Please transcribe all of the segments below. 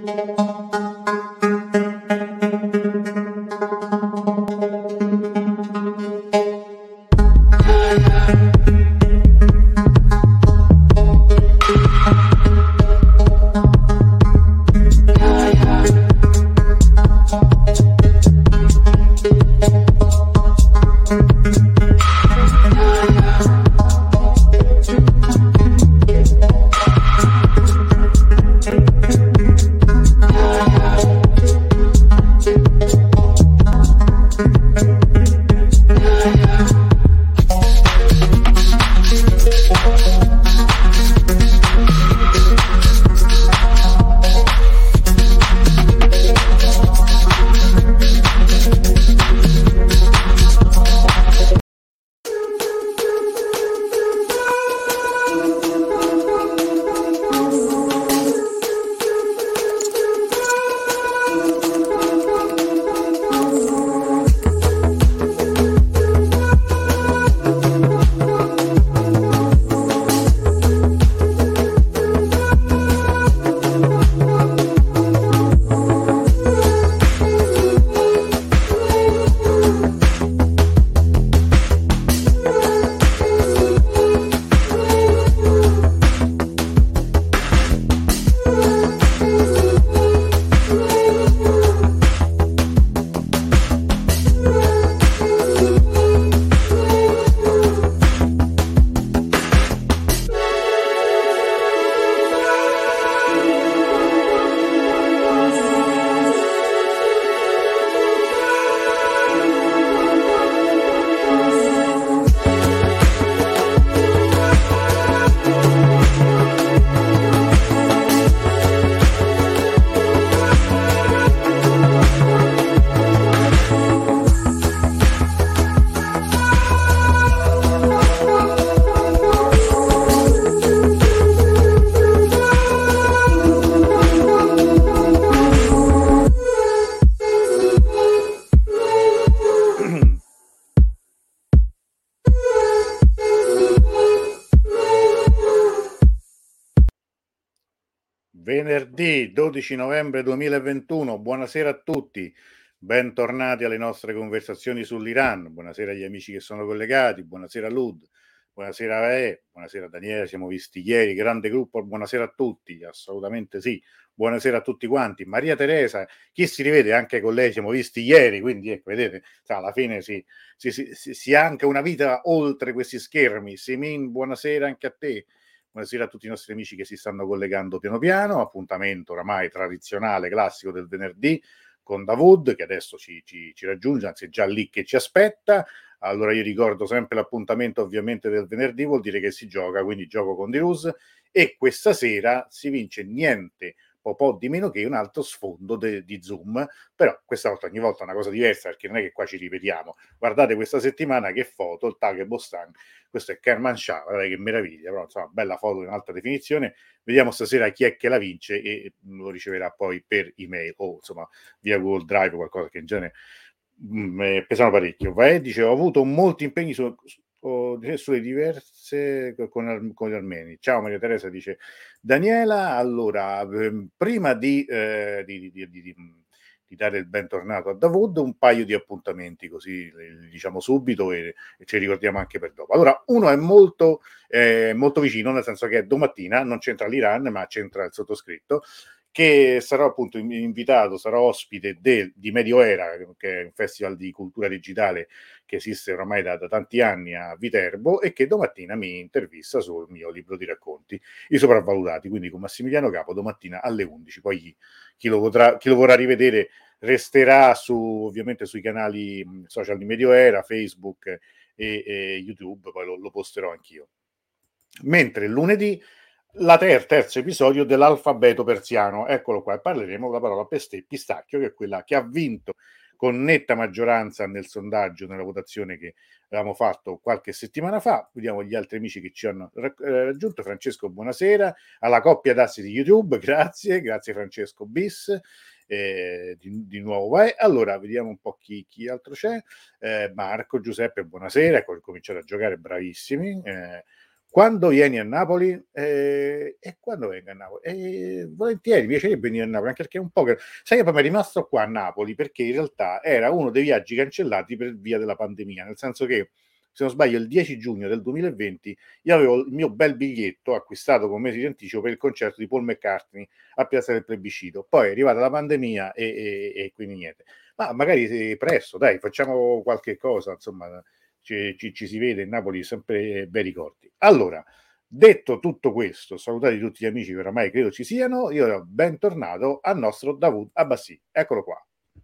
Venerdì 12 novembre 2021, buonasera a tutti, bentornati alle nostre conversazioni sull'Iran, buonasera agli amici che sono collegati, buonasera Lud, buonasera Ae, buonasera Daniele, siamo visti ieri, grande gruppo, buonasera a tutti, assolutamente sì, buonasera a tutti quanti, Maria Teresa, chi si rivede anche con lei, siamo visti ieri, quindi ecco, vedete, alla fine si ha anche una vita oltre questi schermi, Simin, buonasera anche a te. Buonasera a tutti i nostri amici che si stanno collegando piano piano, appuntamento oramai tradizionale, classico del venerdì con Davud che adesso ci raggiunge, anzi è già lì che ci aspetta. Allora io ricordo sempre l'appuntamento ovviamente del venerdì, vuol dire che si gioca, quindi gioco con Dirus e questa sera si vince niente po' di meno che un altro sfondo di Zoom, però questa volta ogni volta è una cosa diversa perché non è che qua ci ripetiamo. Guardate questa settimana che foto, il tag Bostan, questo è Kermanshah, guardate che meraviglia, però insomma bella foto in alta definizione. Vediamo stasera chi è che la vince e lo riceverà poi per email o insomma via Google Drive, qualcosa che in genere pesano parecchio. Vae dice ho avuto molti impegni sulle diverse con gli armeni. Ciao Maria Teresa, dice Daniela. Allora, prima di dare il bentornato a Davud, un paio di appuntamenti così diciamo subito e ci ricordiamo anche per dopo. Allora, uno è molto vicino, nel senso che è domattina, non c'entra l'Iran ma c'entra il sottoscritto, che sarò appunto invitato, sarò ospite di Medio Era, che è un festival di cultura digitale che esiste ormai da tanti anni a Viterbo e che domattina mi intervista sul mio libro di racconti, I sopravvalutati, quindi con Massimiliano Capo domattina alle 11. Poi chi lo vorrà rivedere resterà ovviamente sui canali social di Medio Era, Facebook e YouTube, poi lo posterò anch'io. Mentre lunedì terzo episodio dell'alfabeto persiano, eccolo qua, e parleremo della parola pistacchio, che è quella che ha vinto con netta maggioranza nel sondaggio, nella votazione che avevamo fatto qualche settimana fa. Vediamo gli altri amici che ci hanno raggiunto. Francesco, buonasera, alla coppia d'assi di YouTube, grazie Francesco bis. Di nuovo vai. Allora vediamo un po' chi altro c'è. Marco, Giuseppe, buonasera, ecco, cominciate a giocare, bravissimi. quando vieni a Napoli? E quando vengo a Napoli? Volentieri, mi piacerebbe venire a Napoli, anche perché un po' che... Sai che poi mi è rimasto qua a Napoli perché in realtà era uno dei viaggi cancellati per via della pandemia, nel senso che, se non sbaglio, il 10 giugno del 2020 io avevo il mio bel biglietto acquistato con mesi di anticipo per il concerto di Paul McCartney a Piazza del Plebiscito. Poi è arrivata la pandemia e quindi niente. Ma magari presto, dai, facciamo qualche cosa, insomma, ci si vede in Napoli, sempre bei ricordi. Allora, detto tutto questo, salutati tutti gli amici che oramai credo ci siano, io bentornato al nostro Davud Abbassi. Eccolo qua.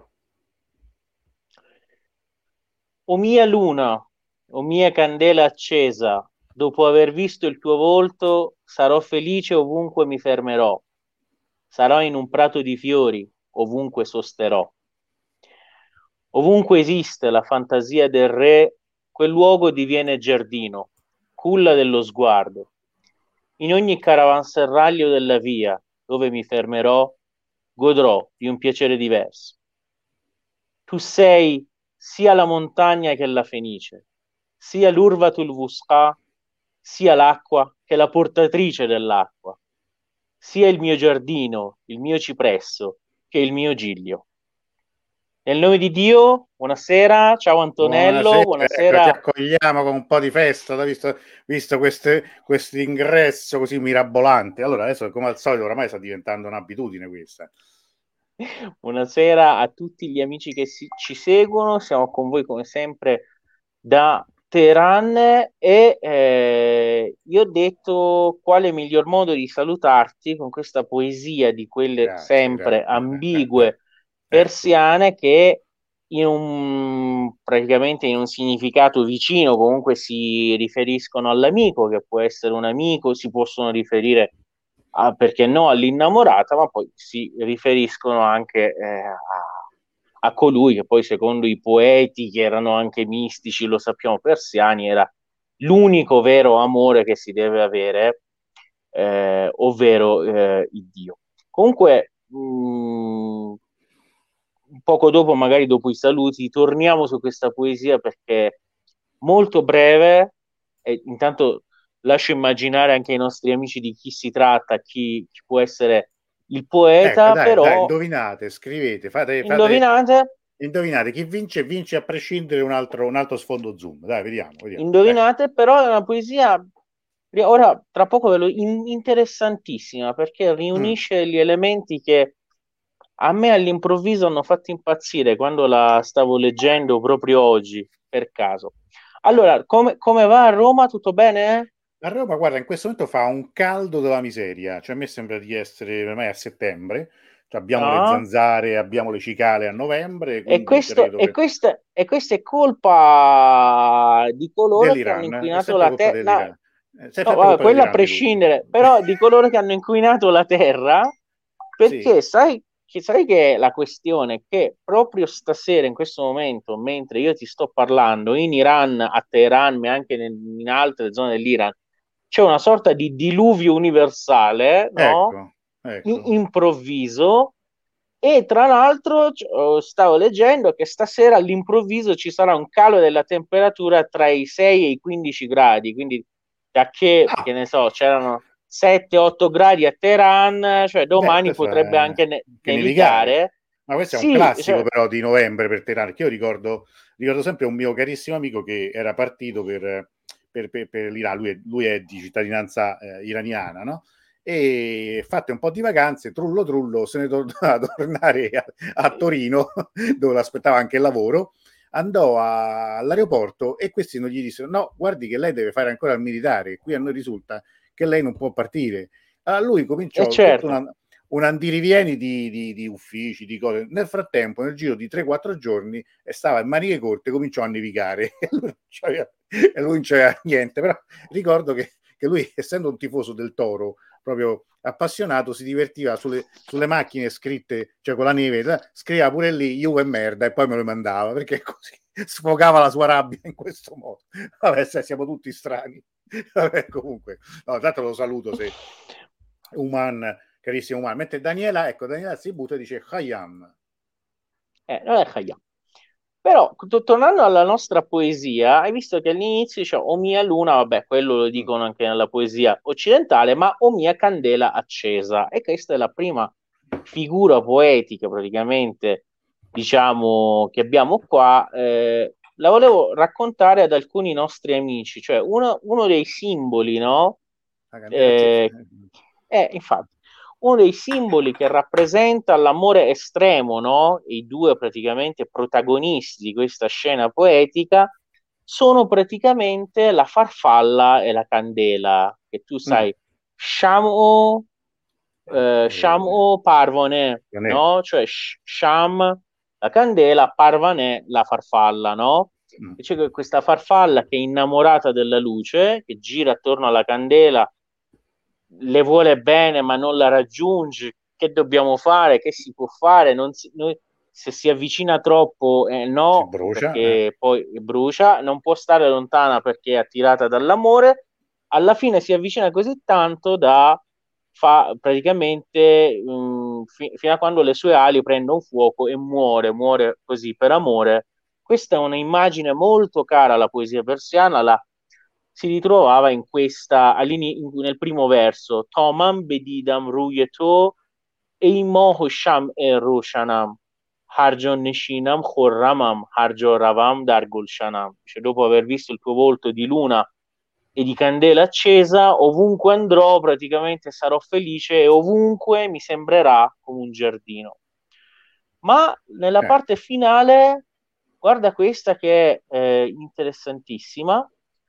O mia luna, o mia candela accesa, dopo aver visto il tuo volto, sarò felice ovunque mi fermerò. Sarò in un prato di fiori, ovunque sosterò. Ovunque esiste la fantasia del re, quel luogo diviene giardino, culla dello sguardo. In ogni caravanserraglio della via dove mi fermerò, godrò di un piacere diverso. Tu sei sia la montagna che la fenice, sia l'Urvatul Vusqa, sia l'acqua che la portatrice dell'acqua, sia il mio giardino, il mio cipresso, che il mio giglio. Nel nome di Dio, buonasera, ciao Antonello, Buonasera, ecco, ti buonasera. accogliamo con un po' di festa, visto questo ingresso così mirabolante. Allora, adesso come al solito, oramai sta diventando un'abitudine questa. Buonasera a tutti gli amici che ci seguono, siamo con voi come sempre da Teheran e io ho detto quale miglior modo di salutarti con questa poesia di quelle Grazie, sempre grazie. ambigue Ecco. persiane che praticamente in un significato vicino comunque si riferiscono all'amico, che può essere un amico, si possono riferire perché no, all'innamorata, ma poi si riferiscono anche a colui che poi secondo i poeti, che erano anche mistici, lo sappiamo, persiani, era l'unico vero amore che si deve avere, ovvero il Dio. Comunque, poco dopo, magari dopo i saluti, torniamo su questa poesia perché è molto breve e intanto lascio immaginare anche ai nostri amici di chi si tratta, chi può essere il Ecco, poeta, dai, però indovinate, scrivete, indovinate? indovinate chi vince a prescindere un altro sfondo Zoom. Dai, vediamo. Indovinate, però è una poesia, ora tra poco interessantissima perché Mm. riunisce gli elementi che a me all'improvviso hanno fatto impazzire quando la stavo leggendo proprio oggi, per caso. Allora, come va a Roma? Tutto bene? A Roma, guarda, in questo momento fa un caldo della miseria, cioè a me sembra di essere ormai a settembre, cioè abbiamo le Ah? zanzare, abbiamo le cicale a novembre, E quindi questo, credo e che questa, e questa è colpa di coloro che hanno dell'Iran, è inquinato sempre la colpa terra. No, dell'Iran, è no, sempre vabbè, colpa quello a dell'Iran di tutto. prescindere, però di coloro che hanno inquinato la terra, Sì? perché sai che la questione è che proprio stasera, in questo momento, mentre io ti sto parlando, in Iran, a Teheran, ma anche in altre zone dell'Iran, c'è una sorta di diluvio universale, no? Ecco, ecco. Improvviso. E tra l'altro stavo leggendo che stasera all'improvviso ci sarà un calo della temperatura tra i 6 e i 15 gradi, quindi da che Ah, ne so, c'erano 7-8 gradi a Teheran, cioè beh, domani questo potrebbe è anche che nevicare. nevicare. Ma questo è un Sì, classico cioè, però di novembre per Teheran, che io ricordo sempre un mio carissimo amico che era partito per l'Iran, lui è di cittadinanza iraniana, no? E fatte un po' di vacanze, trullo trullo, se ne tornava a tornare a Torino, dove l'aspettava anche il lavoro, andò all'aeroporto e questi non gli dissero, no, guardi che lei deve fare ancora il militare, qui a noi risulta che lei non può partire. Allora lui è cominciò tutto certo. un andirivieni di uffici, di cose. Nel frattempo, nel giro di 3-4 giorni, stava in maniche corte, cominciò a nevicare e lui non c'aveva niente. Però ricordo che lui, essendo un tifoso del Toro, proprio appassionato, si divertiva sulle macchine scritte, cioè con la neve, scriveva pure lì Juve e merda e poi me lo mandava perché così sfogava la sua rabbia in questo modo. Vabbè, siamo tutti strani. Vabbè, comunque, no, tanto lo saluto se Uman, carissimo Uman. Mentre Daniela, ecco, Daniela si butta e dice Hayam. Non è Khayyam. Però, tornando alla nostra poesia, hai visto che all'inizio c'è o mia luna, vabbè, quello lo dicono anche nella poesia occidentale, ma o mia candela accesa. E questa è la prima figura poetica, praticamente, diciamo, che abbiamo qua. La volevo raccontare ad alcuni nostri amici, cioè uno dei simboli, no? La candela accesa. Eh, infatti, uno dei simboli che rappresenta l'amore estremo, no? I due praticamente protagonisti di questa scena poetica sono praticamente la farfalla e la candela, che tu Mm. sai, Shamo, Shamo Parvane, Non è. no? Cioè Sham, la candela, Parvane, la farfalla, no? Mm. E c'è questa farfalla che è innamorata della luce, che gira attorno alla candela, le vuole bene ma non la raggiunge, che dobbiamo fare, che si può fare, se si avvicina troppo Si no, brucia. perché poi brucia, non può stare lontana perché è attirata dall'amore, alla fine si avvicina così tanto da praticamente fino a quando le sue ali prendono fuoco e muore così per amore. Questa è un'immagine molto cara alla poesia persiana, si ritrovava in questa, nel primo verso, Tomam bedidam ruyeto e imoho sham e roshanam, harjon neshinam khorramam, harjo ravam dar gulshanam. Cioè, dopo aver visto il tuo volto di luna e di candela accesa, ovunque andrò praticamente sarò felice e ovunque mi sembrerà come un giardino. Ma nella Eh. parte finale, guarda questa che è interessantissima.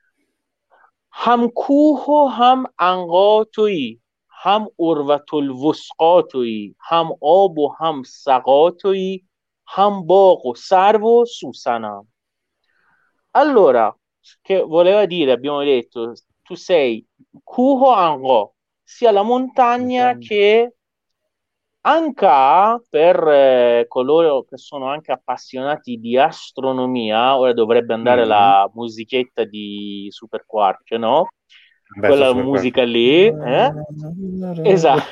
هم کوه و هم عنقا تویی، هم عروة الوثقا تویی، هم آب و هم سقا تویی، هم باغ و سرو و سوسنم. Allora, che voleva dire, abbiamo detto, tu sei Kuho Ango, sia la montagna Montagna. che Anka, per coloro che sono anche appassionati di astronomia, ora dovrebbe andare Mm. la musichetta di Super Quark, no? Beh, Quella super qua. musica lì, esatto.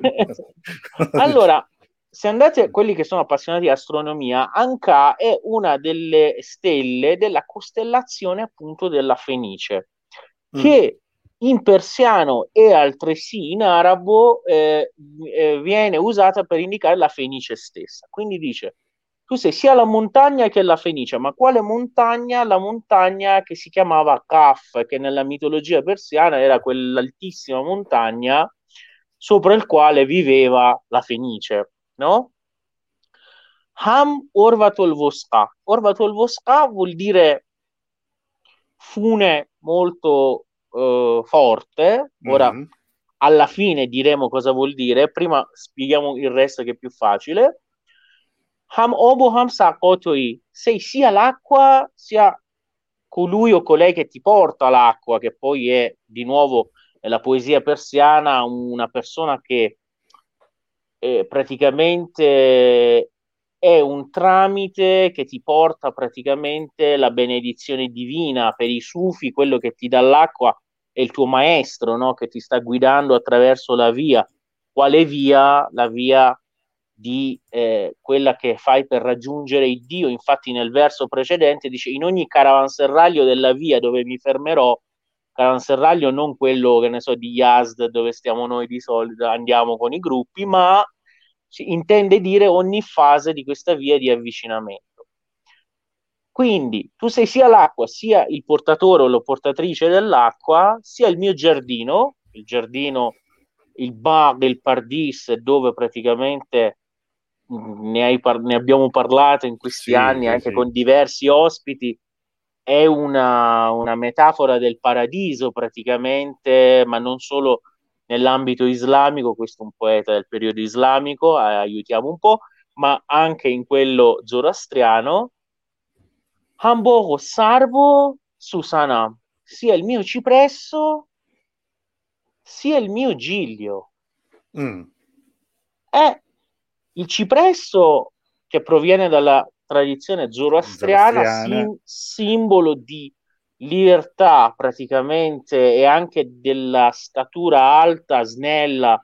Allora, se andate a quelli che sono appassionati di astronomia, Anka è una delle stelle della costellazione appunto della Fenice, Mm. che in persiano e altresì in arabo viene usata per indicare la Fenice stessa. Quindi dice, tu sei sia la montagna che la Fenice, ma quale montagna? La montagna che si chiamava Kaf, che nella mitologia persiana era quell'altissima montagna sopra il quale viveva la Fenice, no? Ham Orvatul Vosqa. Orvatul Vosqa vuol dire fune molto forte. Ora, Mm. alla fine diremo cosa vuol dire, prima spieghiamo il resto che è più facile. Ham obo ham sakotoi, sei sia l'acqua sia colui o colei che ti porta l'acqua, che poi è di nuovo nella poesia persiana una persona che praticamente è un tramite che ti porta praticamente la benedizione divina per i sufi, quello che ti dà l'acqua è il tuo maestro, no? Che ti sta guidando attraverso la via. Quale via? La via di quella che fai per raggiungere il Dio. Infatti nel verso precedente dice in ogni caravanserraglio della via dove mi fermerò, caravanserraglio non quello che ne so di Yazd dove stiamo noi di solito, andiamo con i gruppi, ma si intende dire ogni fase di questa via di avvicinamento. Quindi tu sei sia l'acqua, sia il portatore o la portatrice dell'acqua, sia il giardino, il Bag, il Pardis, dove praticamente ne abbiamo parlato in questi Sì, anni sì, anche sì. con diversi ospiti, è una metafora del paradiso praticamente, ma non solo nell'ambito islamico, questo è un poeta del periodo islamico, aiutiamo un po', ma anche in quello zoroastriano. Hamburgo Sarbo Susana, sia il mio cipresso, sia il mio giglio. Mm. È il cipresso che proviene dalla tradizione zoroastriana, Zoroastriana. simbolo di libertà praticamente e anche della statura alta, snella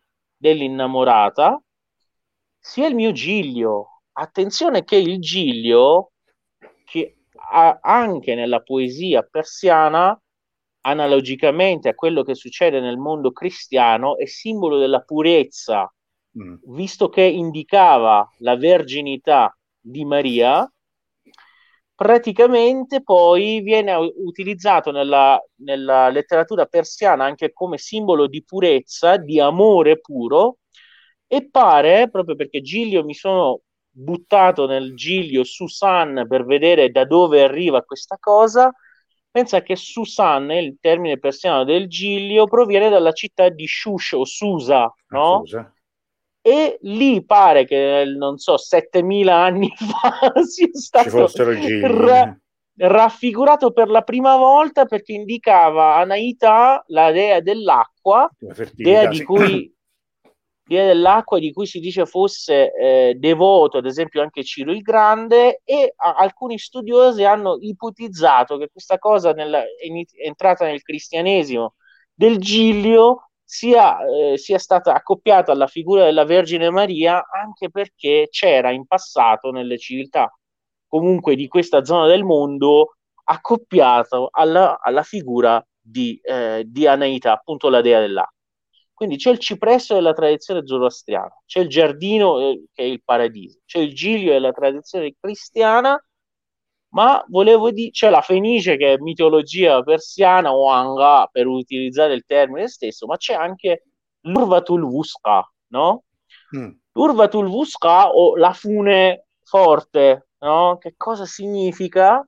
dell'innamorata, sia il mio giglio. Attenzione che il giglio che anche nella poesia persiana, analogicamente a quello che succede nel mondo cristiano, è simbolo della purezza, visto che indicava la verginità di Maria. Praticamente poi viene utilizzato nella letteratura persiana anche come simbolo di purezza, di amore puro, e pare, proprio perché Giglio, mi sono buttato nel Giglio Susan per vedere da dove arriva questa cosa. Pensa che Susan, il termine persiano del Giglio, proviene dalla città di Shush o Susa, no? Susa. E lì pare che, non so, 7000 anni fa sia Ci stato fossero gigli. raffigurato per la prima volta, perché indicava Anaita, la dea dell'acqua, La dea fertilità, di sì. cui dea dell'acqua, di cui si dice fosse devoto, ad esempio, anche Ciro il Grande, e alcuni studiosi hanno ipotizzato che questa cosa è entrata nel cristianesimo del Giglio sia stata accoppiata alla figura della Vergine Maria, anche perché c'era in passato nelle civiltà comunque di questa zona del mondo accoppiato alla figura di Anaita, appunto la dea dell'acqua. Quindi c'è il cipresso della tradizione zoroastriana, c'è il giardino che è il paradiso, c'è il giglio della tradizione cristiana, ma volevo dire, c'è la fenice che è mitologia persiana o anga, per utilizzare il termine stesso, ma c'è anche l'Urvatul Vuska, no? Mm. L'Urvatul Vuska o la fune forte, no? Che cosa significa?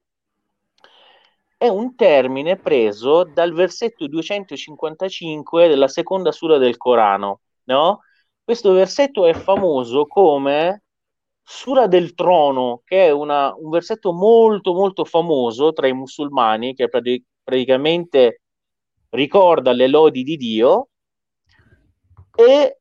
È un termine preso dal versetto 255 della seconda sura del Corano, no? Questo versetto è famoso come Sura del Trono, che è un versetto molto molto famoso tra i musulmani, che praticamente ricorda le lodi di Dio. E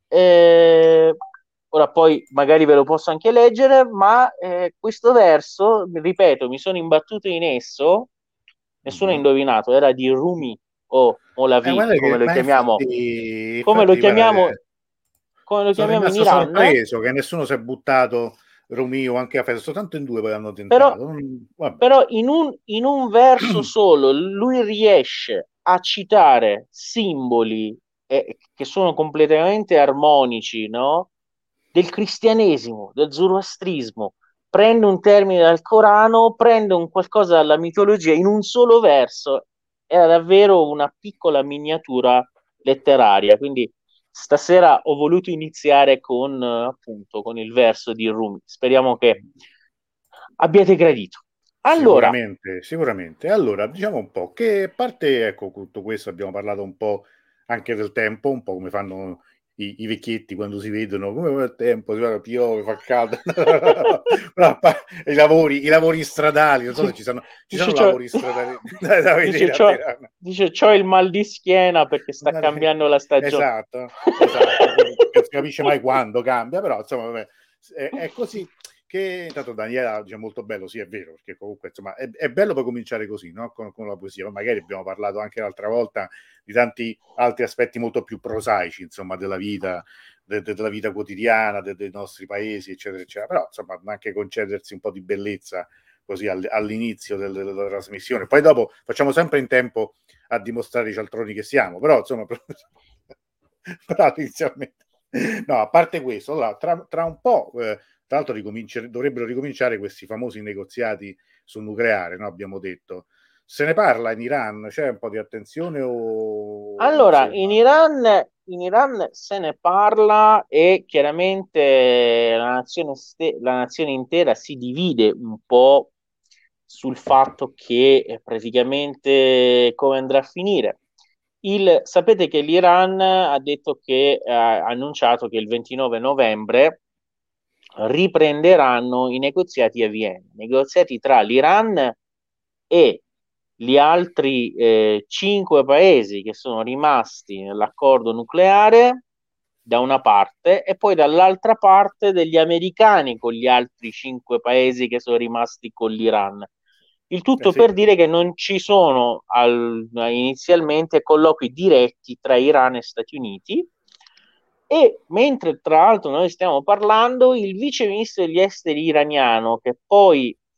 ora poi magari ve lo posso anche leggere, ma questo verso, ripeto, mi sono imbattuto in esso, nessuno ha indovinato, era di Rumi o Molavi, Guarda che, ma come lo infatti guarda, chiamiamo, come lo sono chiamiamo in rimasto Iran, sorpreso che nessuno si è buttato Romeo anche a festa, soltanto in due poi hanno però, tentato. Vabbè. però in un verso solo lui riesce a citare simboli che sono completamente armonici, no? Del cristianesimo, del zoroastrismo, prende un termine dal Corano, prende un qualcosa dalla mitologia in un solo verso. Era davvero una piccola miniatura letteraria, quindi stasera ho voluto iniziare appunto con il verso di Rumi. Speriamo che abbiate gradito. Allora, Sicuramente, sicuramente. Allora, diciamo un po', che parte, ecco, tutto questo abbiamo parlato un po' anche del tempo, un po' come fanno i vecchietti quando si vedono, come va il tempo, si va, piove, fa caldo. No, i lavori stradali, non so se ci dice, sono c'ho, lavori stradali da dice, vedere a c'ho, Tirana. dice, c'ho il mal di schiena perché sta cambiando la stagione. Esatto, esatto, non si capisce mai quando cambia, però insomma, vabbè, è così. Che intanto Daniela dice molto bello, sì è vero, perché comunque insomma è bello per cominciare così, no? Con la poesia, ma magari abbiamo parlato anche l'altra volta di tanti altri aspetti molto più prosaici, insomma, della vita, della vita quotidiana, dei nostri paesi, eccetera, eccetera, però insomma anche concedersi un po' di bellezza così all'inizio della trasmissione, poi dopo facciamo sempre in tempo a dimostrare i cialtroni che siamo, però insomma però inizialmente no, a parte questo, allora, tra un po' tra l'altro dovrebbero ricominciare questi famosi negoziati sul nucleare, no? Abbiamo detto. Se ne parla in Iran? C'è un po' di attenzione o Allora, insomma? in Iran se ne parla e chiaramente la nazione intera si divide un po' sul fatto che praticamente come andrà a finire. Sapete che l'Iran ha detto ha annunciato che il 29 novembre riprenderanno i negoziati a Vienna, negoziati tra l'Iran e gli altri cinque paesi che sono rimasti nell'accordo nucleare da una parte e poi dall'altra parte degli americani con gli altri cinque paesi che sono rimasti con l'Iran. Il tutto Sì. per dire che non ci sono inizialmente colloqui diretti tra Iran e Stati Uniti. E mentre tra l'altro noi stiamo parlando, il vice ministro degli esteri iraniano, che poi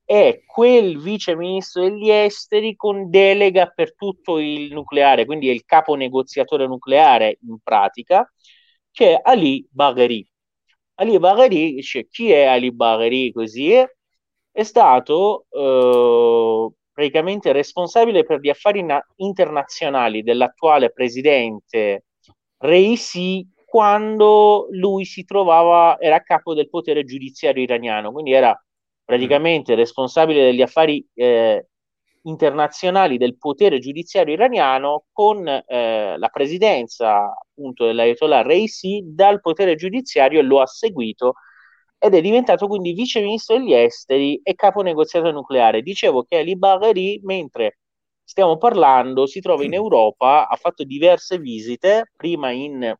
è quel vice ministro degli esteri con delega per tutto il nucleare, quindi è il capo negoziatore nucleare in pratica, che è Ali Bagheri. Ali Bagheri, cioè, chi è Ali Bagheri? Così è stato praticamente responsabile per gli affari internazionali dell'attuale presidente Reisi quando lui si trovava, era a capo del potere giudiziario iraniano, quindi era praticamente responsabile degli affari internazionali del potere giudiziario iraniano con la presidenza appunto dell'Ayatollah Reisi dal potere giudiziario, e lo ha seguito ed è diventato quindi vice ministro degli esteri e capo negoziato nucleare. Dicevo che Ali Bagheri, mentre stiamo parlando, si trova in Europa, ha fatto diverse visite, prima in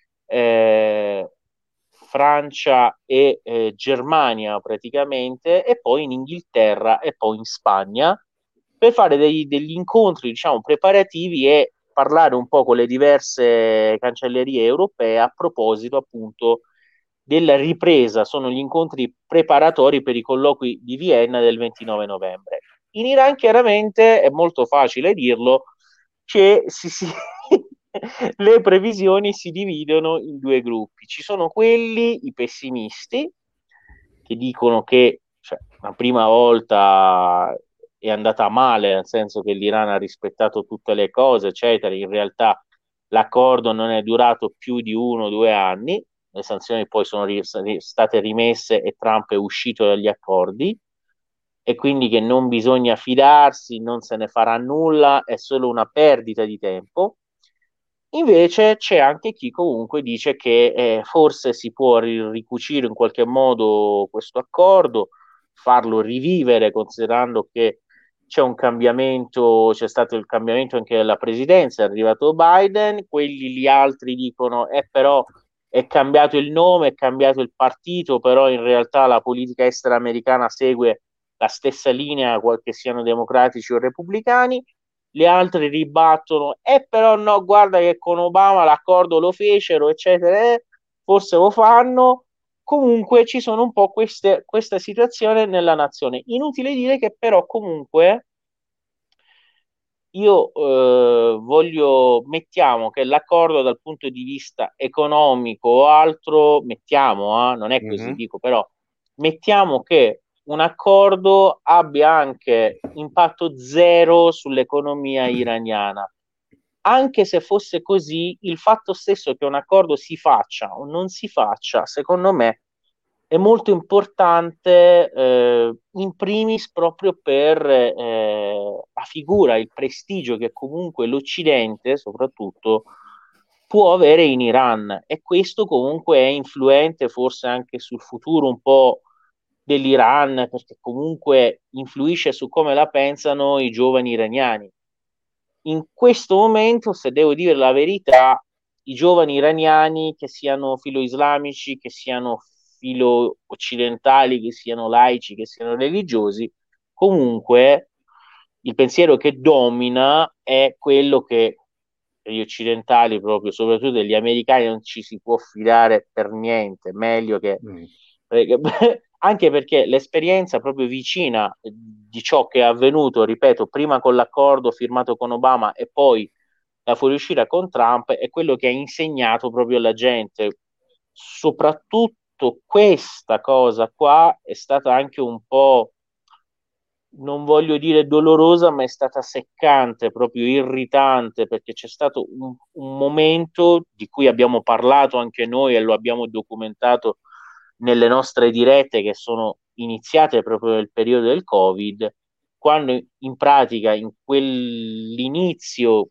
Francia e Germania praticamente, e poi in Inghilterra e poi in Spagna, per fare degli incontri, diciamo, preparativi e parlare un po' con le diverse cancellerie europee a proposito appunto della ripresa. Sono gli incontri preparatori per i colloqui di Vienna del 29 novembre. In Iran chiaramente è molto facile dirlo, che le previsioni si dividono in due gruppi. Ci sono quelli, i pessimisti, che dicono che cioè, la prima volta è andata male, nel senso che l'Iran ha rispettato tutte le cose, eccetera. In realtà l'accordo non è durato più di 1 o 2 anni, le sanzioni poi sono state rimesse e Trump è uscito dagli accordi, e quindi che non bisogna fidarsi, non se ne farà nulla, è solo una perdita di tempo. Invece c'è anche chi comunque dice che forse si può ricucire in qualche modo questo accordo, farlo rivivere, considerando che c'è un cambiamento, c'è stato il cambiamento anche della presidenza, è arrivato Biden, quelli gli altri dicono però è cambiato il nome, è cambiato il partito, però in realtà la politica estera americana segue la stessa linea, che siano democratici o repubblicani. Le altre ribattono, però no, guarda che con Obama l'accordo lo fecero, eccetera, forse lo fanno. Comunque ci sono un po' questa situazione nella nazione. Inutile dire che però comunque io mettiamo che l'accordo dal punto di vista economico o altro, mettiamo, non è così, dico, però mettiamo che un accordo abbia anche impatto zero sull'economia iraniana. Anche se fosse così, il fatto stesso che un accordo si faccia o non si faccia, secondo me, è molto importante, in primis proprio per la figura, il prestigio che comunque l'Occidente, soprattutto, può avere in Iran, e questo comunque è influente forse anche sul futuro un po' dell'Iran, perché comunque influisce su come la pensano i giovani iraniani. In questo momento, se devo dire la verità, i giovani iraniani, che siano filo-islamici, che siano filo-occidentali, che siano laici, che siano religiosi, comunque il pensiero che domina è quello che gli occidentali, proprio soprattutto degli americani, non ci si può fidare per niente, meglio che anche perché l'esperienza proprio vicina di ciò che è avvenuto, ripeto, prima con l'accordo firmato con Obama e poi la fuoriuscita con Trump, è quello che ha insegnato proprio alla gente. Soprattutto questa cosa qua è stata anche un po', non voglio dire dolorosa, ma è stata seccante, proprio irritante, perché c'è stato un momento di cui abbiamo parlato anche noi e lo abbiamo documentato nelle nostre dirette, che sono iniziate proprio nel periodo del Covid, quando in pratica in quell'inizio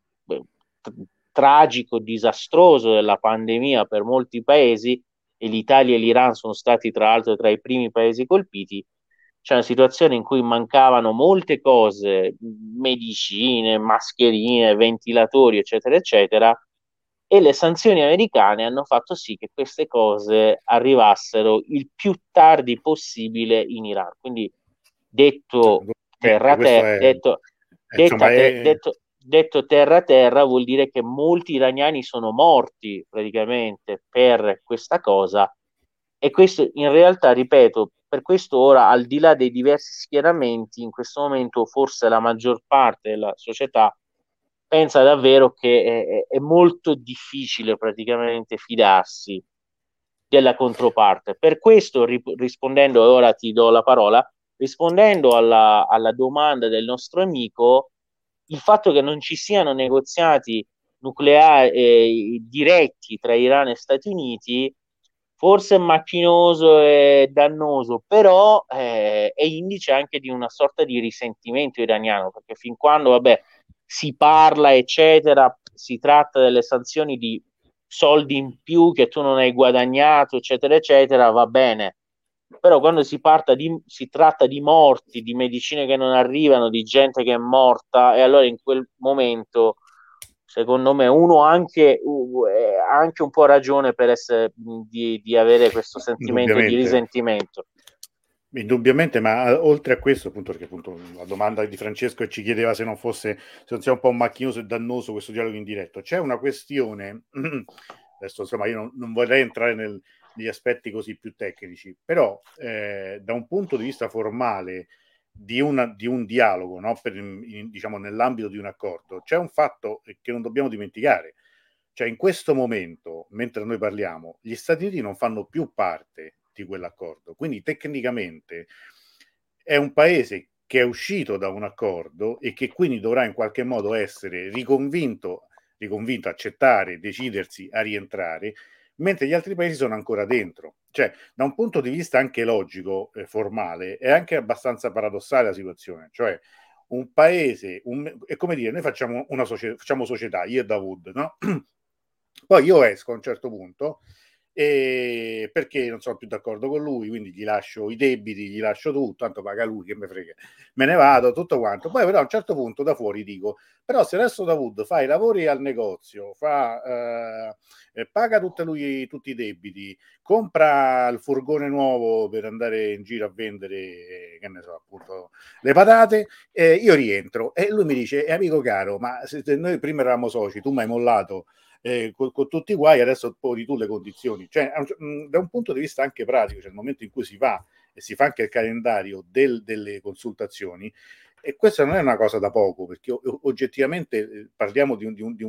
tragico, disastroso della pandemia per molti paesi, e l'Italia e l'Iran sono stati tra l'altro tra i primi paesi colpiti, c'è una situazione in cui mancavano molte cose, medicine, mascherine, ventilatori, eccetera, eccetera, e le sanzioni americane hanno fatto sì che queste cose arrivassero il più tardi possibile in Iran. Quindi detto terra questo è, insomma, è, detto terra terra vuol dire che molti iraniani sono morti praticamente per questa cosa, e questo in realtà, ripeto, per questo ora, al di là dei diversi schieramenti, in questo momento forse la maggior parte della società pensa davvero che è molto difficile praticamente fidarsi della controparte. Per questo, rispondendo, ora ti do la parola, rispondendo alla domanda del nostro amico, il fatto che non ci siano negoziati nucleari diretti tra Iran e Stati Uniti forse è macchinoso e dannoso, però è indice anche di una sorta di risentimento iraniano, perché fin quando, vabbè, si parla, eccetera, si tratta delle sanzioni di soldi in più che tu non hai guadagnato, eccetera, eccetera, va bene. Però quando si tratta di morti, di medicine che non arrivano, di gente che è morta, e allora in quel momento, secondo me, uno ha anche un po' ragione per di avere questo sentimento di Indubbiamente. risentimento. Indubbiamente, ma oltre a questo, appunto, perché appunto la domanda di Francesco ci chiedeva se non fosse, se non sia un po' macchinoso e dannoso questo dialogo indiretto, c'è una questione, adesso insomma io non vorrei entrare negli aspetti così più tecnici, però da un punto di vista formale di un dialogo, no? Diciamo nell'ambito di un accordo, c'è un fatto che non dobbiamo dimenticare, cioè in questo momento, mentre noi parliamo, gli Stati Uniti non fanno più parte di quell'accordo. Quindi tecnicamente è un paese che è uscito da un accordo e che quindi dovrà in qualche modo essere riconvinto a accettare, decidersi a rientrare, mentre gli altri paesi sono ancora dentro. Cioè, da un punto di vista anche logico, formale, è anche abbastanza paradossale la situazione. Cioè, un paese, è come dire, noi facciamo facciamo società, io e Davud, no? Poi io esco a un certo punto perché non sono più d'accordo con lui, quindi gli lascio i debiti, gli lascio tutto, tanto paga lui, che me frega, me ne vado, tutto quanto. Poi però a un certo punto da fuori dico, però se adesso Davud fa i lavori al negozio, paga tutti i debiti, compra il furgone nuovo per andare in giro a vendere, che ne so, appunto, le patate, io rientro e lui mi dice, amico caro, ma se noi prima eravamo soci, tu mi hai mollato con tutti i guai, adesso poni tu le condizioni. Cioè, da un punto di vista anche pratico, cioè nel momento in cui si va e si fa anche il calendario delle consultazioni, e questa non è una cosa da poco, perché oggettivamente parliamo di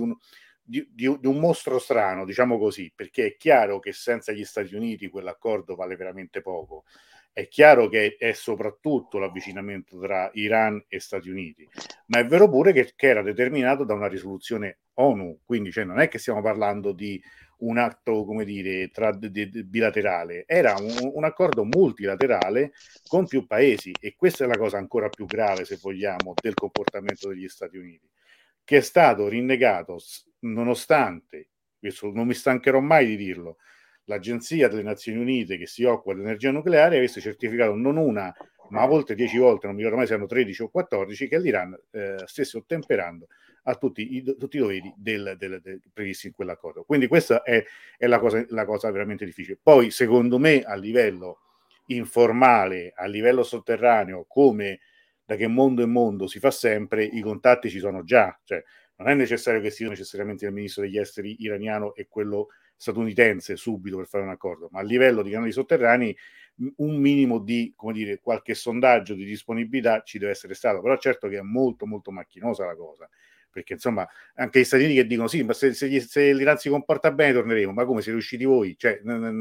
un mostro strano, diciamo così, perché è chiaro che senza gli Stati Uniti quell'accordo vale veramente poco. È chiaro che è soprattutto l'avvicinamento tra Iran e Stati Uniti, ma è vero pure che era determinato da una risoluzione ONU, quindi cioè, non è che stiamo parlando di un atto, come dire, bilaterale, era un accordo multilaterale con più paesi e questa è la cosa ancora più grave, se vogliamo, del comportamento degli Stati Uniti, che è stato rinnegato nonostante, questo non mi stancherò mai di dirlo, l'Agenzia delle Nazioni Unite che si occupa dell'energia nucleare avesse certificato non una, ma a volte 10 volte, non mi ricordo mai se erano 13 o 14, che l'Iran stesse ottemperando a tutti i doveri previsti in quell'accordo. Quindi questa è la cosa veramente difficile. Poi, secondo me, a livello informale, a livello sotterraneo, come da che mondo in mondo si fa sempre, i contatti ci sono già. Cioè, non è necessario che sia necessariamente il ministro degli esteri iraniano e quello statunitense subito per fare un accordo, ma a livello di canali sotterranei un minimo di, come dire, qualche sondaggio di disponibilità ci deve essere stato, però certo che è molto molto macchinosa la cosa, perché insomma anche gli Stati Uniti che dicono sì, ma se l'Iran si comporta bene torneremo, ma come siete usciti voi? Cioè,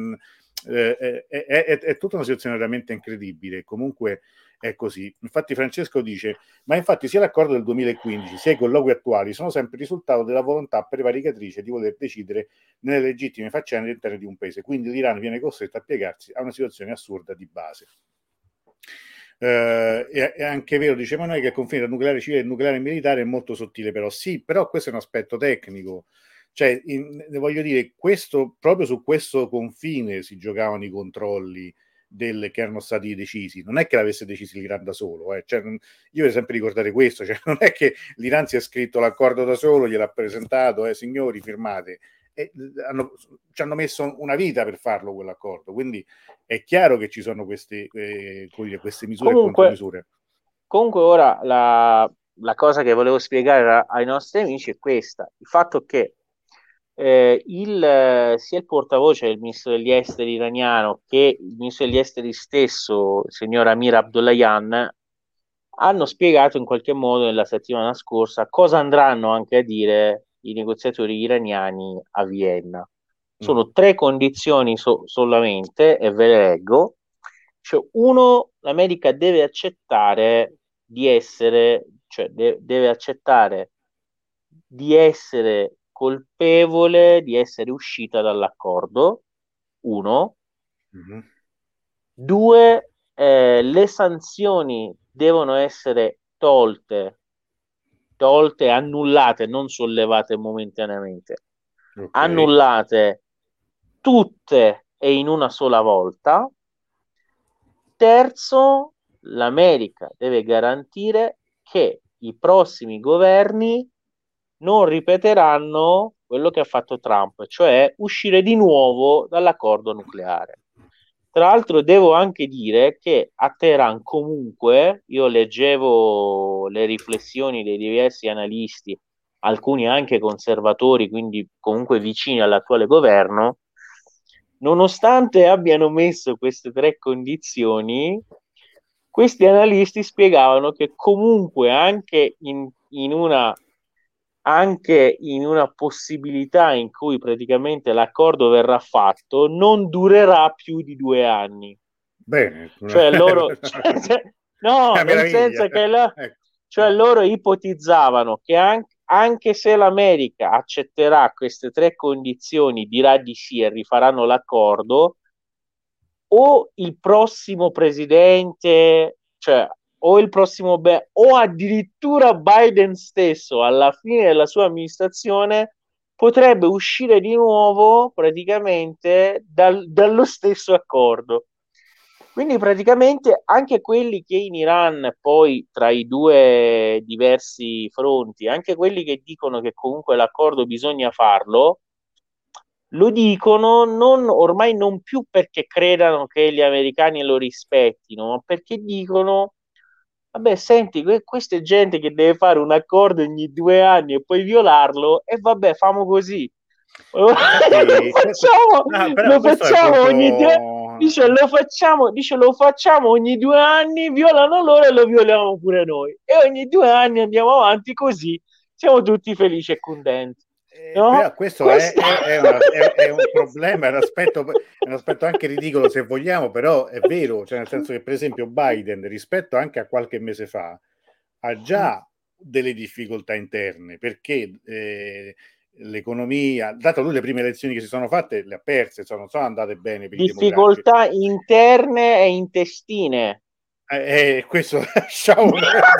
è tutta una situazione veramente incredibile, comunque è così. Infatti Francesco dice, ma infatti sia l'accordo del 2015 sia i colloqui attuali sono sempre il risultato della volontà prevaricatrice di voler decidere nelle legittime faccende interne di un paese, quindi l'Iran viene costretto a piegarsi a una situazione assurda di base. È anche vero, dice Emanuele, che il confine tra nucleare civile e nucleare militare è molto sottile, però sì, però questo è un aspetto tecnico, cioè voglio dire, proprio su questo confine si giocavano i controlli che erano stati decisi, non è che l'avesse deciso l'Iran da solo, cioè, io voglio sempre ricordare questo, cioè, non è che l'Iran si è scritto l'accordo da solo, gliel'ha presentato, signori firmate, ci hanno messo una vita per farlo quell'accordo, quindi è chiaro che ci sono queste misure e Comunque, contromisure. comunque ora la cosa che volevo spiegare ai nostri amici è questa, il fatto che sia il portavoce del ministro degli esteri iraniano che il ministro degli esteri stesso, il signor Amir Abdollahian, hanno spiegato in qualche modo nella settimana scorsa cosa andranno anche a dire i negoziatori iraniani a Vienna. Sono tre condizioni solamente, e ve le leggo. Cioè, uno, l'America deve accettare di essere, cioè deve accettare di essere colpevole di essere uscita dall'accordo, uno. Due, le sanzioni devono essere tolte, annullate, non sollevate momentaneamente, annullate tutte e in una sola volta. Terzo, l'America deve garantire che i prossimi governi non ripeteranno quello che ha fatto Trump, cioè uscire di nuovo dall'accordo nucleare. Tra l'altro devo anche dire che a Teheran comunque, io leggevo le riflessioni dei diversi analisti, alcuni anche conservatori, quindi comunque vicini all'attuale governo, nonostante abbiano messo queste tre condizioni, questi analisti spiegavano che comunque anche in una possibilità in cui praticamente l'accordo verrà fatto, non durerà più di 2 anni. Bene, cioè loro, no, nel senso che cioè loro ipotizzavano che anche se l'America accetterà queste tre condizioni, dirà di sì e rifaranno l'accordo, o il prossimo presidente, cioè o il prossimo o addirittura Biden stesso alla fine della sua amministrazione potrebbe uscire di nuovo praticamente dallo stesso accordo. Quindi praticamente anche quelli che in Iran poi tra i due diversi fronti, anche quelli che dicono che comunque l'accordo bisogna farlo, lo dicono ormai non più perché credano che gli americani lo rispettino, ma perché dicono, vabbè, senti, questa è gente che deve fare un accordo ogni 2 anni e poi violarlo, e vabbè, famo così. Lo facciamo ogni 2 dice lo facciamo ogni 2 anni, violano loro e lo violiamo pure noi. E ogni 2 anni andiamo avanti così, siamo tutti felici e contenti. No? Però questo è un problema, è un aspetto anche ridicolo se vogliamo, però è vero, cioè nel senso che per esempio Biden rispetto anche a qualche mese fa ha già delle difficoltà interne perché l'economia, dato lui le prime elezioni che si sono fatte le ha perse, non sono andate bene per i democratici. Difficoltà interne e intestine. Questo lasciamo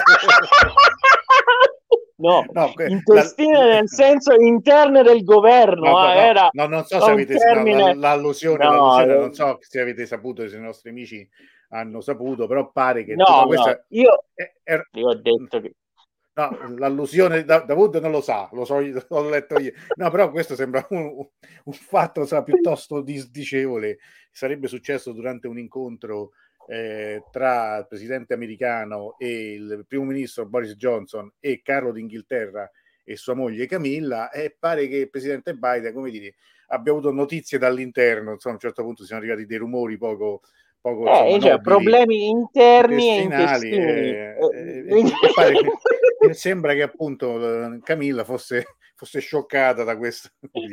no, intestine nel senso interne del governo. Non so se avete l'allusione, non so se avete saputo, se i nostri amici hanno saputo, però pare che io ho detto che no, l'allusione Davud non lo sa, l'ho letto io. No, però questo sembra un fatto piuttosto disdicevole. Sarebbe successo durante un incontro tra il presidente americano e il primo ministro Boris Johnson e Carlo d'Inghilterra e sua moglie Camilla, e pare che il presidente Biden, come dire, abbia avuto notizie dall'interno, insomma, a un certo punto sono arrivati dei rumori poco cioè, problemi interni e intestini. Sembra che appunto Camilla fosse scioccata da questo,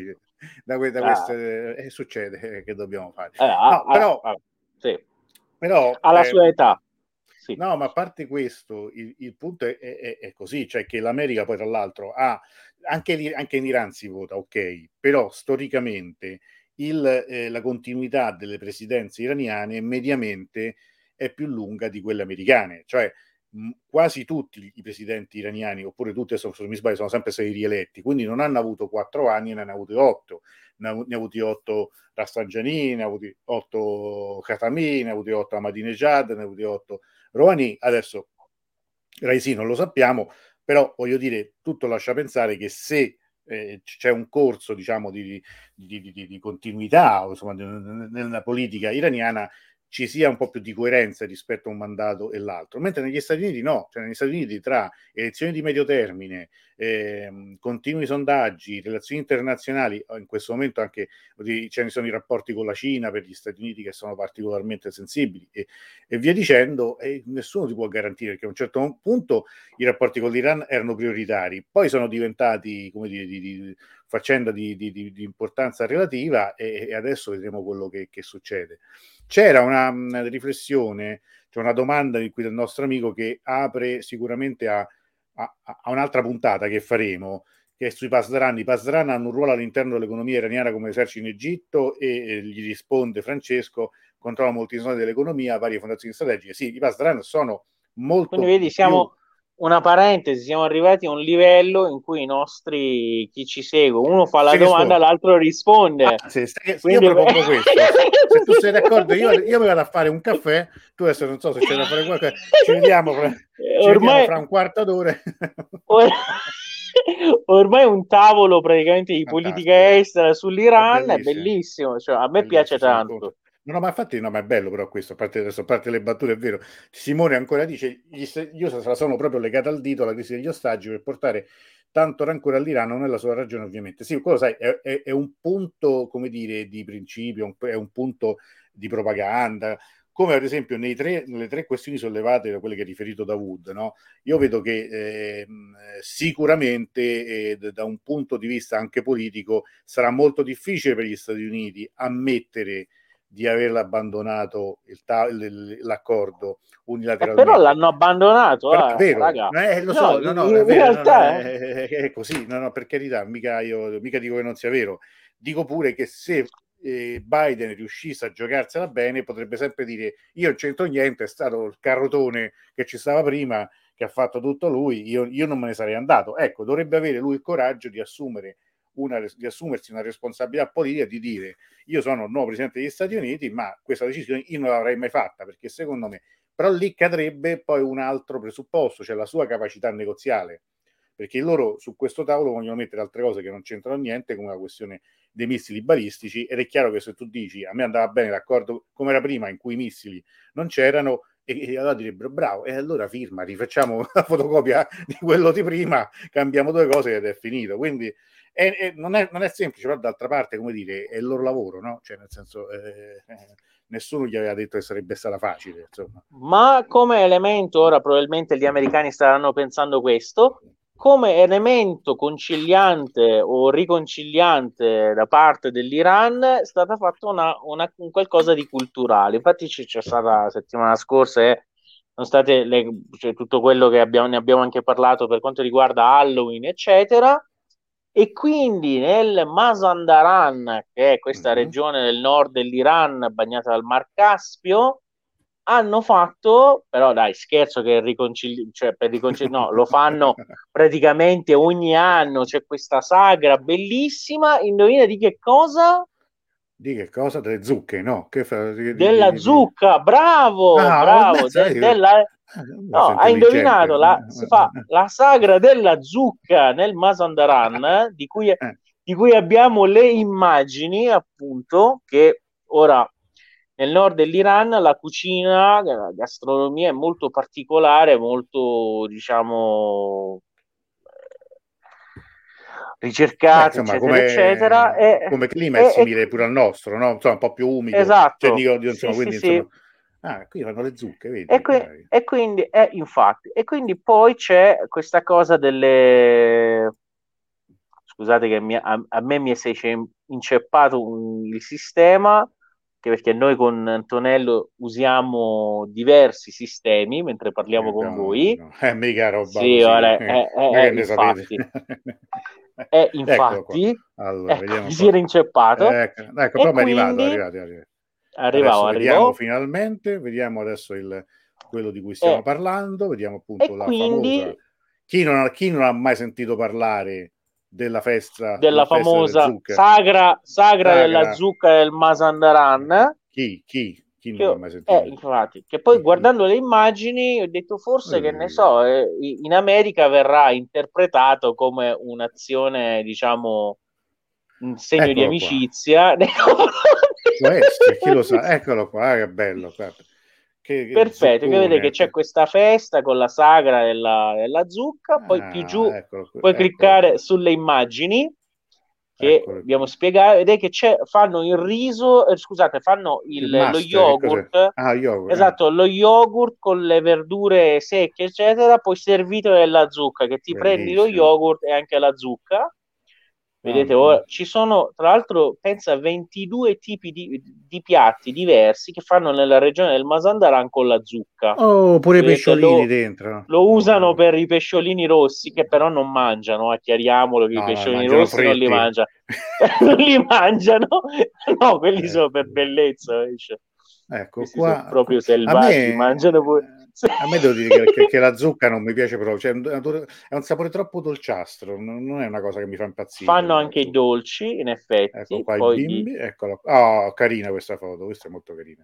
succede, che dobbiamo fare. Però alla sua età. Sì. No, ma a parte questo, il punto è così, cioè che l'America poi tra l'altro ha, anche in Iran si vota, ok, però storicamente la continuità delle presidenze iraniane mediamente è più lunga di quelle americane, cioè quasi tutti i presidenti iraniani, oppure tutti, se non mi sbaglio, sono sempre stati rieletti, quindi non hanno avuto 4 anni, ne hanno avuti 8, ne ha avuti 8 Rafsanjani, ne ha avuti 8 Khatami, ne ha avuti 8 Ahmadinejad, ne ha avuti 8 Rouhani. Adesso Raisi non lo sappiamo, però voglio dire, tutto lascia pensare che se c'è un corso, diciamo, di continuità, insomma, nella politica iraniana, ci sia un po' più di coerenza rispetto a un mandato e l'altro, mentre negli Stati Uniti no, cioè negli Stati Uniti tra elezioni di medio termine, continui sondaggi, relazioni internazionali, in questo momento anche ce ne sono i rapporti con la Cina per gli Stati Uniti che sono particolarmente sensibili e via dicendo, e nessuno ti può garantire, perché a un certo punto i rapporti con l'Iran erano prioritari, poi sono diventati, come dire, di faccenda di importanza relativa e adesso vedremo quello che succede. C'era una riflessione, c'è una domanda di qui del nostro amico che apre sicuramente a un'altra puntata che faremo, che è sui Pasdaran. I Pasdaran hanno un ruolo all'interno dell'economia iraniana come esercito in Egitto e gli risponde Francesco, controlla molti soldi dell'economia, varie fondazioni strategiche. Sì, i Pasdaran sono molto Quindi vedi, siamo una parentesi, siamo arrivati a un livello in cui i nostri, chi ci segue, uno fa la domanda, l'altro risponde. Io propongo questo. Se tu sei d'accordo, io mi vado a fare un caffè, tu adesso non so se c'è da fare qualcosa, ci vediamo fra un quarto d'ora. Ormai un tavolo praticamente di politica estera sull'Iran è bellissimo, cioè, a me piace tanto. No, ma infatti ma è bello però questo, a parte le battute, è vero. Simone ancora dice, io se la sono proprio legata al dito alla crisi degli ostaggi per portare tanto rancore all'Iran, non è la sua ragione ovviamente. Sì, quello sai, è un punto, come dire, di principio, è un punto di propaganda, come ad esempio nelle tre questioni sollevate da quelle che ha riferito Dawood, no? Io vedo che sicuramente da un punto di vista anche politico sarà molto difficile per gli Stati Uniti ammettere di aver abbandonato l'accordo unilateralmente. Però l'hanno abbandonato, però è vero, raga. lo so, in realtà è così, per carità, mica dico che non sia vero, dico pure che se Biden riuscisse a giocarsela bene potrebbe sempre dire io non c'entro niente, è stato il carrotone che ci stava prima che ha fatto tutto lui, io non me ne sarei andato. Ecco, dovrebbe avere lui il coraggio di assumersi una responsabilità politica, di dire io sono il nuovo presidente degli Stati Uniti, ma questa decisione io non l'avrei mai fatta, perché secondo me però lì cadrebbe poi un altro presupposto, cioè la sua capacità negoziale, perché loro su questo tavolo vogliono mettere altre cose che non c'entrano niente, come la questione dei missili balistici, ed è chiaro che se tu dici a me andava bene l'accordo come era prima in cui i missili non c'erano, e allora direbbero bravo, e allora firma, rifacciamo la fotocopia di quello di prima, cambiamo due cose ed è finito. Quindi non è semplice, però d'altra parte, come dire, è il loro lavoro, no? Cioè, nel senso, nessuno gli aveva detto che sarebbe stata facile, insomma. Ma come elemento, ora probabilmente gli americani staranno pensando questo, come elemento conciliante o riconciliante da parte dell'Iran è stata fatta un qualcosa di culturale. Infatti c'è stata la settimana scorsa, sono state cioè, tutto quello che ne abbiamo anche parlato per quanto riguarda Halloween, eccetera. E quindi nel Mazandaran, che è questa regione del nord dell'Iran bagnata dal Mar Caspio, hanno fatto, però dai, scherzo che no, lo fanno praticamente ogni anno, c'è questa sagra bellissima, indovina di che cosa? Di che cosa? Delle zucche, no? Della zucca, bravo, bravo, no, hai indovinato, si fa la sagra della zucca nel Mazandaran, di cui abbiamo le immagini, appunto, che ora nel nord dell'Iran la cucina, la gastronomia è molto particolare, molto, diciamo, ricercata, insomma, eccetera. Come clima è simile pure al nostro, no? Insomma, un po' più umido. Esatto. Cioè, insomma, quindi, insomma, qui fanno le zucche, vedi? Infatti, e quindi poi c'è questa cosa delle... Scusate che a me mi si è inceppato il sistema, perché noi con Antonello usiamo diversi sistemi mentre parliamo con voi. No. Mica roba sì, così. Ora, infatti. Infatti, allora, vediamo mi si era inceppato. Ecco, però mi è arrivato. Vediamo finalmente, vediamo adesso quello di cui stiamo parlando, vediamo appunto la famosa... Chi non ha mai sentito parlare della festa della famosa sagra della zucca del Mazandaran? Chi non l'ha mai sentito? Infatti, che poi guardando le immagini ho detto forse che ne so, in America verrà interpretato come un'azione, diciamo, un segno di amicizia. Può essere, chi lo sa, eccolo qua, che bello, guarda. che Perfetto, che vede che zuccone. c'è questa festa con la sagra della zucca, poi più giù Ah, eccolo qui, puoi eccolo cliccare qui, sulle immagini che eccolo abbiamo qui. spiegato, ed è che fanno il riso, scusate, fanno Il lo must, che cos'è? yogurt, Ah, yogurt. esatto, lo yogurt con le verdure secche, eccetera, poi servito nella zucca, che ti prendi lo Bellissimo. yogurt e anche la zucca. Vedete, Mamma mia. ora ci sono, tra l'altro, pensa a 22 tipi di piatti diversi che fanno nella regione del Mazandaran con la zucca. Oh, pure i Vedete, pesciolini dentro. lo usano Oh. per i pesciolini rossi, che però non mangiano, chiariamolo che i No, no, pesciolini mangiano rossi non li fritti. mangiano. Non li mangiano, no, quelli sono per Ecco. bellezza, invece. Ecco Questi sono qua, proprio a selvaggi, mangiano pure. a me devo dire che la zucca non mi piace proprio, cioè, è un sapore troppo dolciastro, non è una cosa che mi fa impazzire Fanno la anche i zucca. dolci, in Ecco effetti, qua i poi bimbi, eccola. Oh, carina questa foto, questa è molto carina.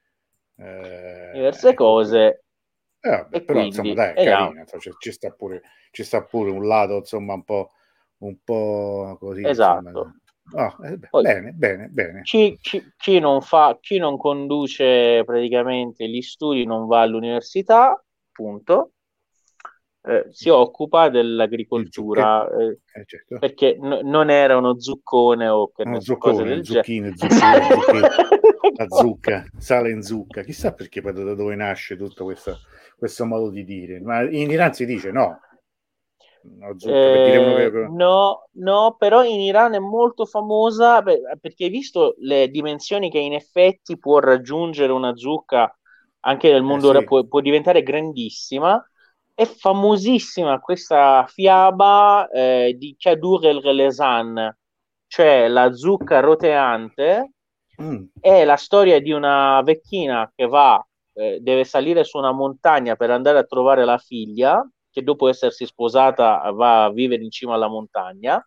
diverse Ecco qua. cose, Vabbè, e però insomma quindi dai, è vediamo. carina, ci sta pure un lato insomma un po' così, insomma. Esatto. Beh, Poi bene, bene, bene. chi non conduce praticamente gli studi non va all'università, punto. Si occupa Il zucchero, dell'agricoltura, certo. perché non era uno zuccone o che ne Uno so, cose del zuccone, genere. zucchine, la zucca, sale in zucca. Chissà perché poi da dove nasce tutto questo modo di dire. Ma in Iran si dice no, no zucca, per dire uno che... No, no, però in Iran è molto famosa, perché hai visto le dimensioni che in effetti può raggiungere una zucca anche nel mondo, Sì. può diventare grandissima. È famosissima questa fiaba di Kadur el-Ghelezan, cioè la zucca roteante. Mm. È la storia di una vecchina che deve salire su una montagna per andare a trovare la figlia, che dopo essersi sposata va a vivere in cima alla montagna.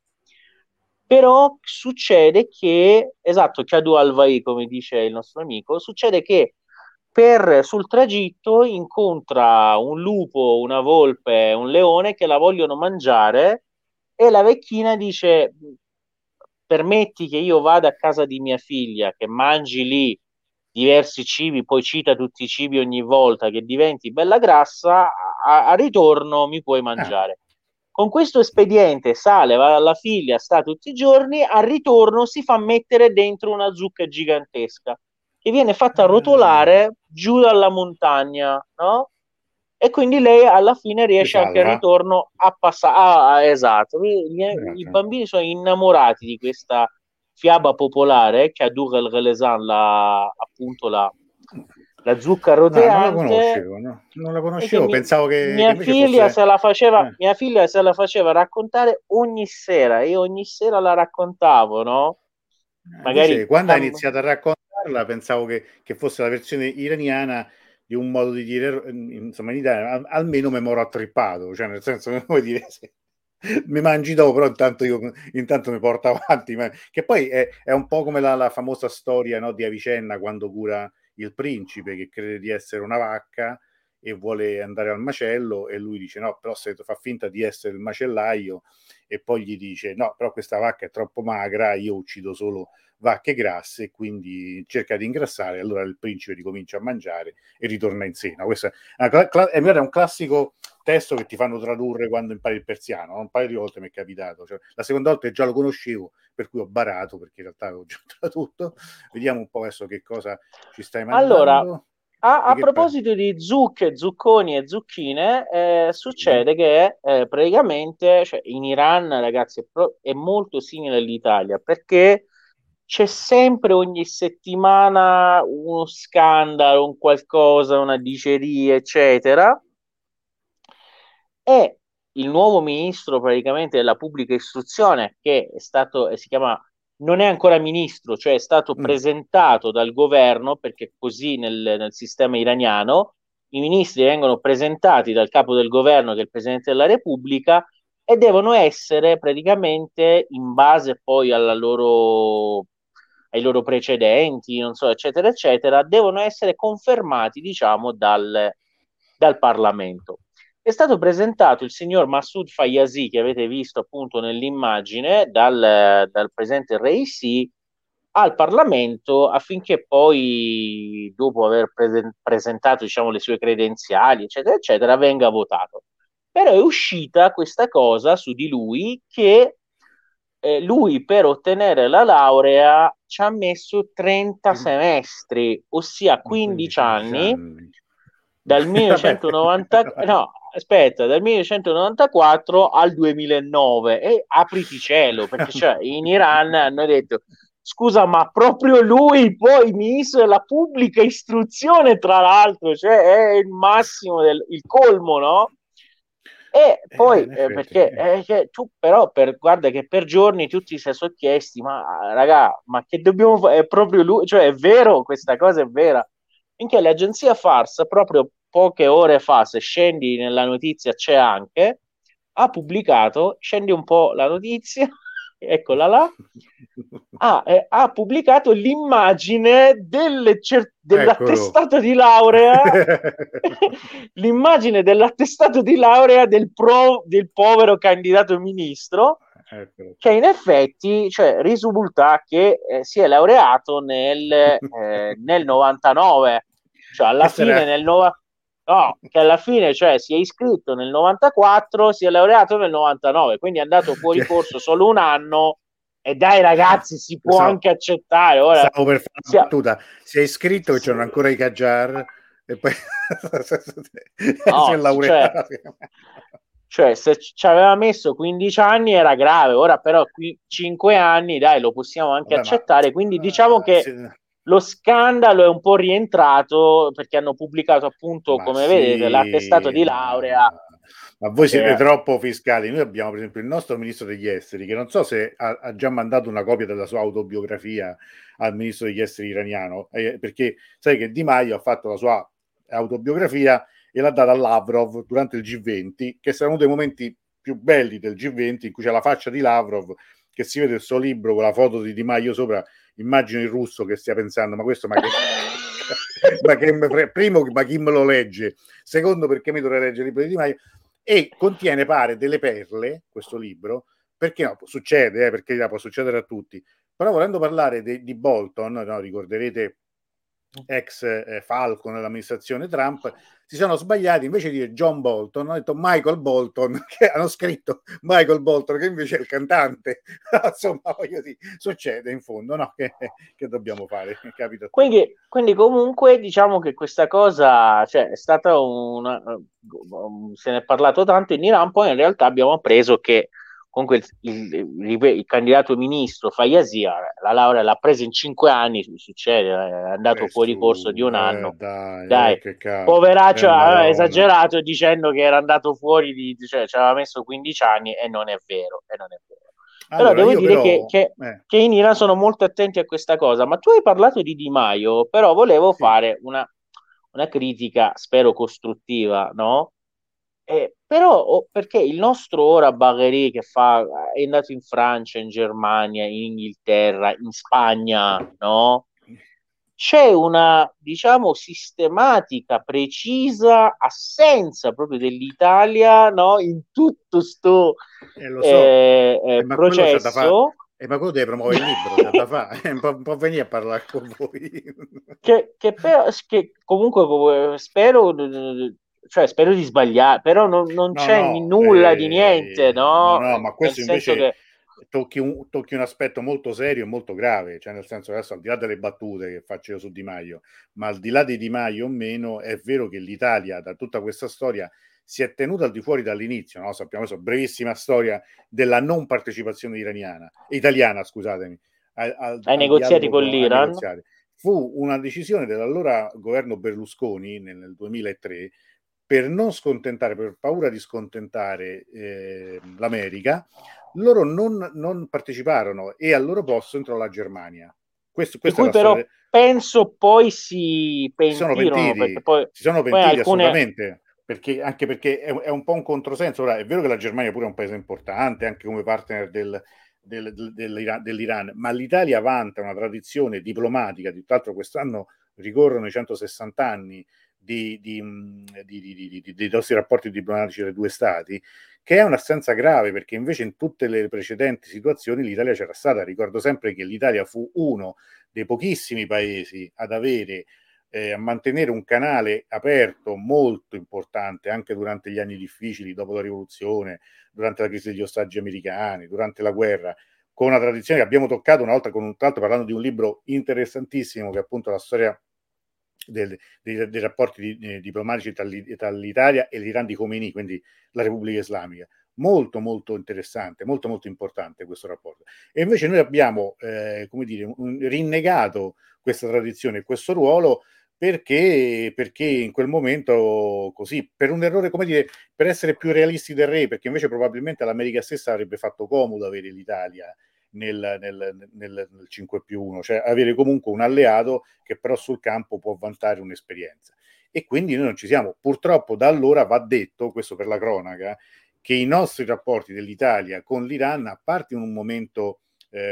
Però succede che, esatto, Chadu Alvai, come dice il nostro amico, succede che sul tragitto incontra un lupo, una volpe, un leone che la vogliono mangiare, e la vecchina dice: permetti che io vada a casa di mia figlia, che mangi lì diversi cibi, poi cita tutti i cibi ogni volta, che diventi bella grassa, a ritorno mi puoi Ah. mangiare. Con questo espediente sale, va dalla figlia, sta tutti i giorni, al ritorno si fa mettere dentro una zucca gigantesca che viene fatta Ah. rotolare giù dalla montagna, no? E quindi lei alla fine Si riesce anche al salva. ritorno a passare. Esatto. I Esatto. bambini sono innamorati di questa fiaba popolare che a Dougal Ghelezan, appunto la zucca No, non la roteante, conoscevo, no? Non la e che conoscevo, pensavo che mia invece figlia fosse... se la faceva, eh. mia figlia se la faceva raccontare ogni sera, io ogni sera la raccontavo, no? Invece, Magari quando ha iniziato a raccontarla, pensavo che fosse la versione iraniana di un modo di dire, insomma, in Italia, almeno me moro attrippato, cioè nel senso, come dire, mi mangi dopo, però intanto mi porto avanti, che poi è un po' come la famosa storia, no, di Avicenna quando cura il principe che crede di essere una vacca e vuole andare al macello e lui dice no, però se fa finta di essere il macellaio e poi gli dice no, però questa vacca è troppo magra, io uccido solo vacche grasse e quindi cerca di ingrassare, allora il principe ricomincia a mangiare e ritorna in seno. Questo è un classico testo che ti fanno tradurre quando impari il persiano, un paio di volte mi è capitato, cioè, la seconda volta già lo conoscevo, per cui ho barato perché in realtà avevo già tradotto. Vediamo un po' adesso che cosa ci stai Allora, mandando. a proposito di zucche, zucconi e zucchine, Sì. succede che praticamente, cioè, in Iran, ragazzi, è molto simile all'Italia, perché c'è sempre ogni settimana uno scandalo, un qualcosa, una diceria, eccetera. E il nuovo ministro praticamente della pubblica istruzione, che è stato, si chiama, non è ancora ministro, cioè è stato Mm. presentato dal governo, perché così nel sistema iraniano i ministri vengono presentati dal capo del governo, che è il presidente della Repubblica, e devono essere praticamente in base poi ai loro precedenti, non so, eccetera, eccetera, devono essere confermati, diciamo, dal Parlamento. È stato presentato il signor Massoud Fayyasi, che avete visto appunto nell'immagine, dal presidente Reisi, al Parlamento affinché poi, dopo aver presentato, diciamo, le sue credenziali, eccetera, eccetera, venga votato. Però è uscita questa cosa su di lui che lui per ottenere la laurea ci ha messo 30 semestri, ossia 15 15 anni, anni. dal Vabbè. 1990, no, aspetta, dal 1994 al 2009 e apriti cielo, perché cioè, in Iran hanno detto scusa, ma proprio lui, poi ministro della pubblica istruzione, tra l'altro, cioè è il massimo il colmo, no? E poi In effetti. perché che tu però guarda che per giorni tutti si sono chiesti ma raga ma che dobbiamo fare, è proprio lui, cioè è vero, questa cosa è vera, finché l'agenzia Farsa proprio poche ore fa, se scendi nella notizia c'è anche, ha pubblicato, scendi un po' la notizia, eccola là, ha pubblicato l'immagine Eccolo. dell'attestato di laurea, l'immagine dell'attestato di laurea del povero candidato ministro, Eccolo che qua. in effetti, cioè, risulta che si è laureato nel 99, cioè alla Questo fine era... no, che alla fine, cioè, si è iscritto nel 94, si è laureato nel 99, quindi è andato fuori Cioè, corso solo un anno e dai ragazzi, si può stavo, anche accettare. Ora, stavo per fare una sia, battuta. Si è iscritto che c'erano ancora i Qajar e poi si è no, laureato. cioè, se ci aveva messo 15 anni era grave, ora però qui 5 anni, dai, lo possiamo anche Vabbè, ma accettare. Quindi diciamo che lo scandalo è un po' rientrato perché hanno pubblicato appunto, ma come vedete, l'attestato sì, di laurea. ma voi siete Eh, troppo fiscali. Noi abbiamo, per esempio, il nostro ministro degli esteri, che non so se ha già mandato una copia della sua autobiografia al ministro degli esteri iraniano, perché sai che Di Maio ha fatto la sua autobiografia e l'ha data a Lavrov durante il G20, che sarà uno dei momenti più belli del G20, in cui c'è la faccia di Lavrov, che si vede il suo libro con la foto di Di Maio sopra. Immagino il russo che stia pensando, ma questo, ma che... primo, ma chi me lo legge? Secondo, perché mi dovrei leggere il libro di Di Maio? E contiene, pare, delle perle, questo libro, perché no, succede, perché può succedere a tutti, però volendo parlare di Bolton, no, ricorderete ex Falco nell'amministrazione Trump, si sono sbagliati, invece di dire John Bolton, hanno detto Michael Bolton, che hanno scritto Michael Bolton, che invece è il cantante. Insomma, voglio dire, succede in fondo, no? Che dobbiamo fare? Capito a tutti. quindi comunque diciamo che questa cosa, cioè, è stata se ne è parlato tanto in Iran, poi in realtà abbiamo appreso che comunque il candidato ministro Fayyasia la laurea l'ha presa in 5 anni, succede, è andato fuori corso di un anno. Dai, Dai, che cavolo, poveraccio, aveva Madonna. esagerato dicendo che era andato fuori cioè ci aveva messo 15 anni e non è vero, e non è vero. Però Allora, devo io dire però, che in Iran sono molto attenti a questa cosa. Ma tu hai parlato di Di Maio, però volevo sì, fare una critica, spero costruttiva, no? Però perché il nostro ora Bagheri è andato in Francia, in Germania, in Inghilterra, in Spagna, no? C'è una, diciamo, sistematica, precisa assenza proprio dell'Italia, no? In tutto sto lo so, ma quello c'ha da fare, processo ma quello deve promuovere il libro, c'ha da fare, un po' venire a parlare con voi. che comunque spero, cioè spero di sbagliare, però non No, c'è no, nulla di niente, no, no? no, ma Nel questo senso invece che tocchi un aspetto molto serio e molto grave, cioè nel senso adesso al di là delle battute che faccio io su Di Maio, ma al di là di Di Maio o meno, è vero che l'Italia da tutta questa storia si è tenuta al di fuori dall'inizio, no? Sappiamo adesso, brevissima storia della non partecipazione italiana, scusatemi, ai al negoziati dialogo con ai l'Iran, negoziati. Fu una decisione dell'allora governo Berlusconi nel 2003 per non scontentare, per paura di scontentare l'America, loro non parteciparono e al loro posto entrò la Germania. di Questa è cui la storia. però penso poi si pentirono, perché Si sono poi pentiti alcune... assolutamente, perché, anche perché è un po' un controsenso. Ora, è vero che la Germania pure è un paese importante, anche come partner dell'Iran, ma l'Italia vanta una tradizione diplomatica, di tutt'altro quest'anno ricorrono i 160 anni dei nostri rapporti diplomatici tra i due stati, che è un'assenza grave, perché invece in tutte le precedenti situazioni l'Italia c'era stata. Ricordo sempre che l'Italia fu uno dei pochissimi paesi ad avere a mantenere un canale aperto molto importante anche durante gli anni difficili, dopo la rivoluzione, durante la crisi degli ostaggi americani, durante la guerra, con una tradizione che abbiamo toccato una volta, tra l'altro parlando di un libro interessantissimo che è appunto la storia dei rapporti diplomatici tra l'Italia e l'Iran di Khomeini, quindi la Repubblica Islamica. Molto molto interessante, molto molto importante questo rapporto. E invece noi abbiamo rinnegato questa tradizione e questo ruolo perché in quel momento, così, per un errore, per essere più realisti del re, perché invece probabilmente all'America stessa avrebbe fatto comodo avere l'Italia nel 5+1, cioè avere comunque un alleato che però sul campo può vantare un'esperienza. E quindi noi non ci siamo. Purtroppo da allora va detto, questo per la cronaca, che i nostri rapporti dell'Italia con l'Iran, a parte in un momento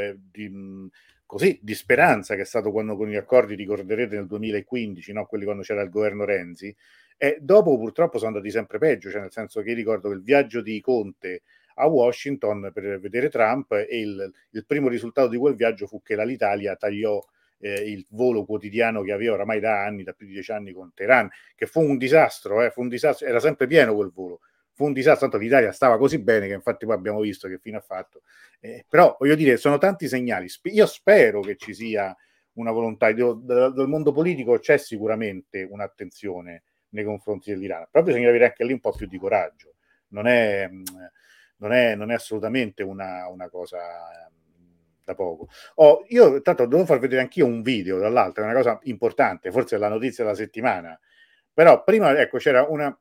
di speranza, che è stato quando con gli accordi, ricorderete, nel 2015, no? Quelli quando c'era il governo Renzi, dopo purtroppo sono andati sempre peggio, cioè nel senso che ricordo che il viaggio di Conte a Washington per vedere Trump, e il primo risultato di quel viaggio fu che l'Italia tagliò il volo quotidiano che aveva oramai da anni, da più di 10 anni, con Teheran, che fu un disastro, era sempre pieno quel volo, fu un disastro, tanto l'Italia stava così bene che infatti poi abbiamo visto che fine ha fatto. Però voglio dire, sono tanti segnali, io spero che ci sia una volontà, dal mondo politico c'è sicuramente un'attenzione nei confronti dell'Iran, proprio bisogna avere anche lì un po' più di coraggio, non è assolutamente una cosa da poco. Io tanto devo far vedere anch'io un video, dall'altro, è una cosa importante, forse è la notizia della settimana, però prima, ecco, c'era una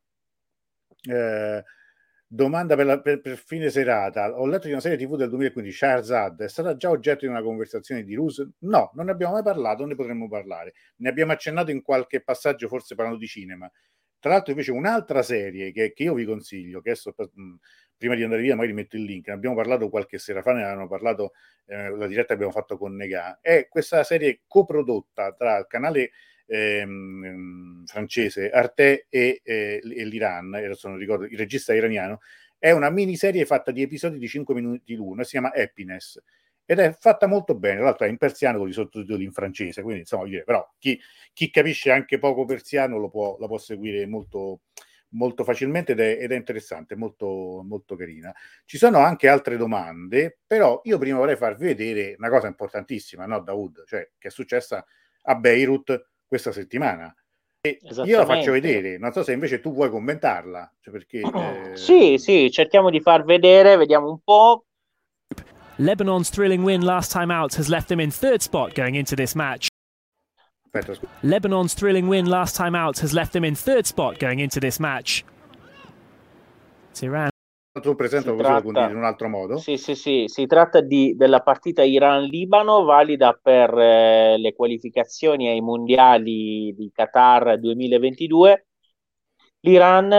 domanda per fine serata. Ho letto di una serie TV del 2015, Shahrazad, è stata già oggetto di una conversazione di Rus? No, non ne abbiamo mai parlato, ne potremmo parlare. Ne abbiamo accennato in qualche passaggio, forse parlando di cinema. Tra l'altro invece un'altra serie che io vi consiglio, che adesso prima di andare via magari metto il link, ne abbiamo parlato qualche sera fa, ne avevano parlato la diretta che abbiamo fatto con Negà, è questa serie coprodotta tra il canale francese Arte e l'Iran, adesso non ricordo, il regista iraniano. È una miniserie fatta di episodi di 5 minuti l'uno, si chiama Happiness, ed è fatta molto bene. Tra l'altro è in persiano con i sottotitoli in francese, quindi insomma, però chi capisce anche poco persiano la può seguire molto, molto facilmente, ed è interessante, molto, molto carina. Ci sono anche altre domande, però io prima vorrei farvi vedere una cosa importantissima, no, Dawood, cioè che è successa a Beirut questa settimana. E io la faccio vedere, non so se invece tu vuoi commentarla, cioè perché sì, cerchiamo di far vedere, vediamo un po'. Lebanon's thrilling win last time out has left them in third spot going into this match. Lebanon's thrilling win last time out has left them in third spot going into this match. It's Iran. Tu presenta così lo in un altro modo? Sì, si tratta della partita Iran-Libano, valida per le qualificazioni ai mondiali di Qatar 2022. L'Iran,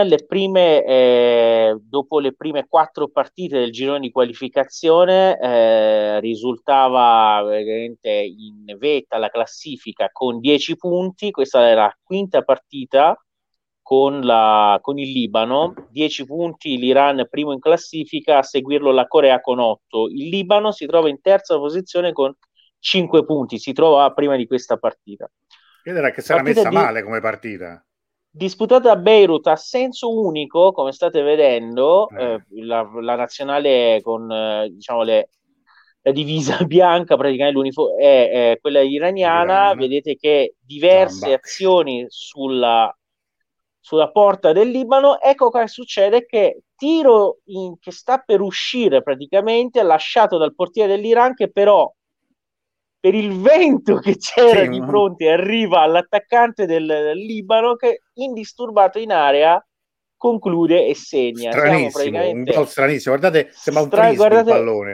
dopo le prime 4 partite del girone di qualificazione, risultava veramente in vetta alla classifica con 10 punti. Questa era la quinta partita con il Libano, 10 punti, l'Iran primo in classifica, a seguirlo la Corea con 8. Il Libano si trova in terza posizione con 5 punti, si trova prima di questa partita. Ed era che si era messa male come partita. Disputata a Beirut a senso unico, come state vedendo, la nazionale con diciamo la divisa bianca, praticamente è quella iraniana. Vedete che diverse azioni sulla porta del Libano. Ecco cosa succede, che tiro che sta per uscire praticamente, lasciato dal portiere dell'Iran, che però per il vento che c'era di fronte arriva all'attaccante del Libano, che indisturbato in area conclude e segna. Stranissimo, un gol stranissimo, guardate, sembra un frisbee il pallone.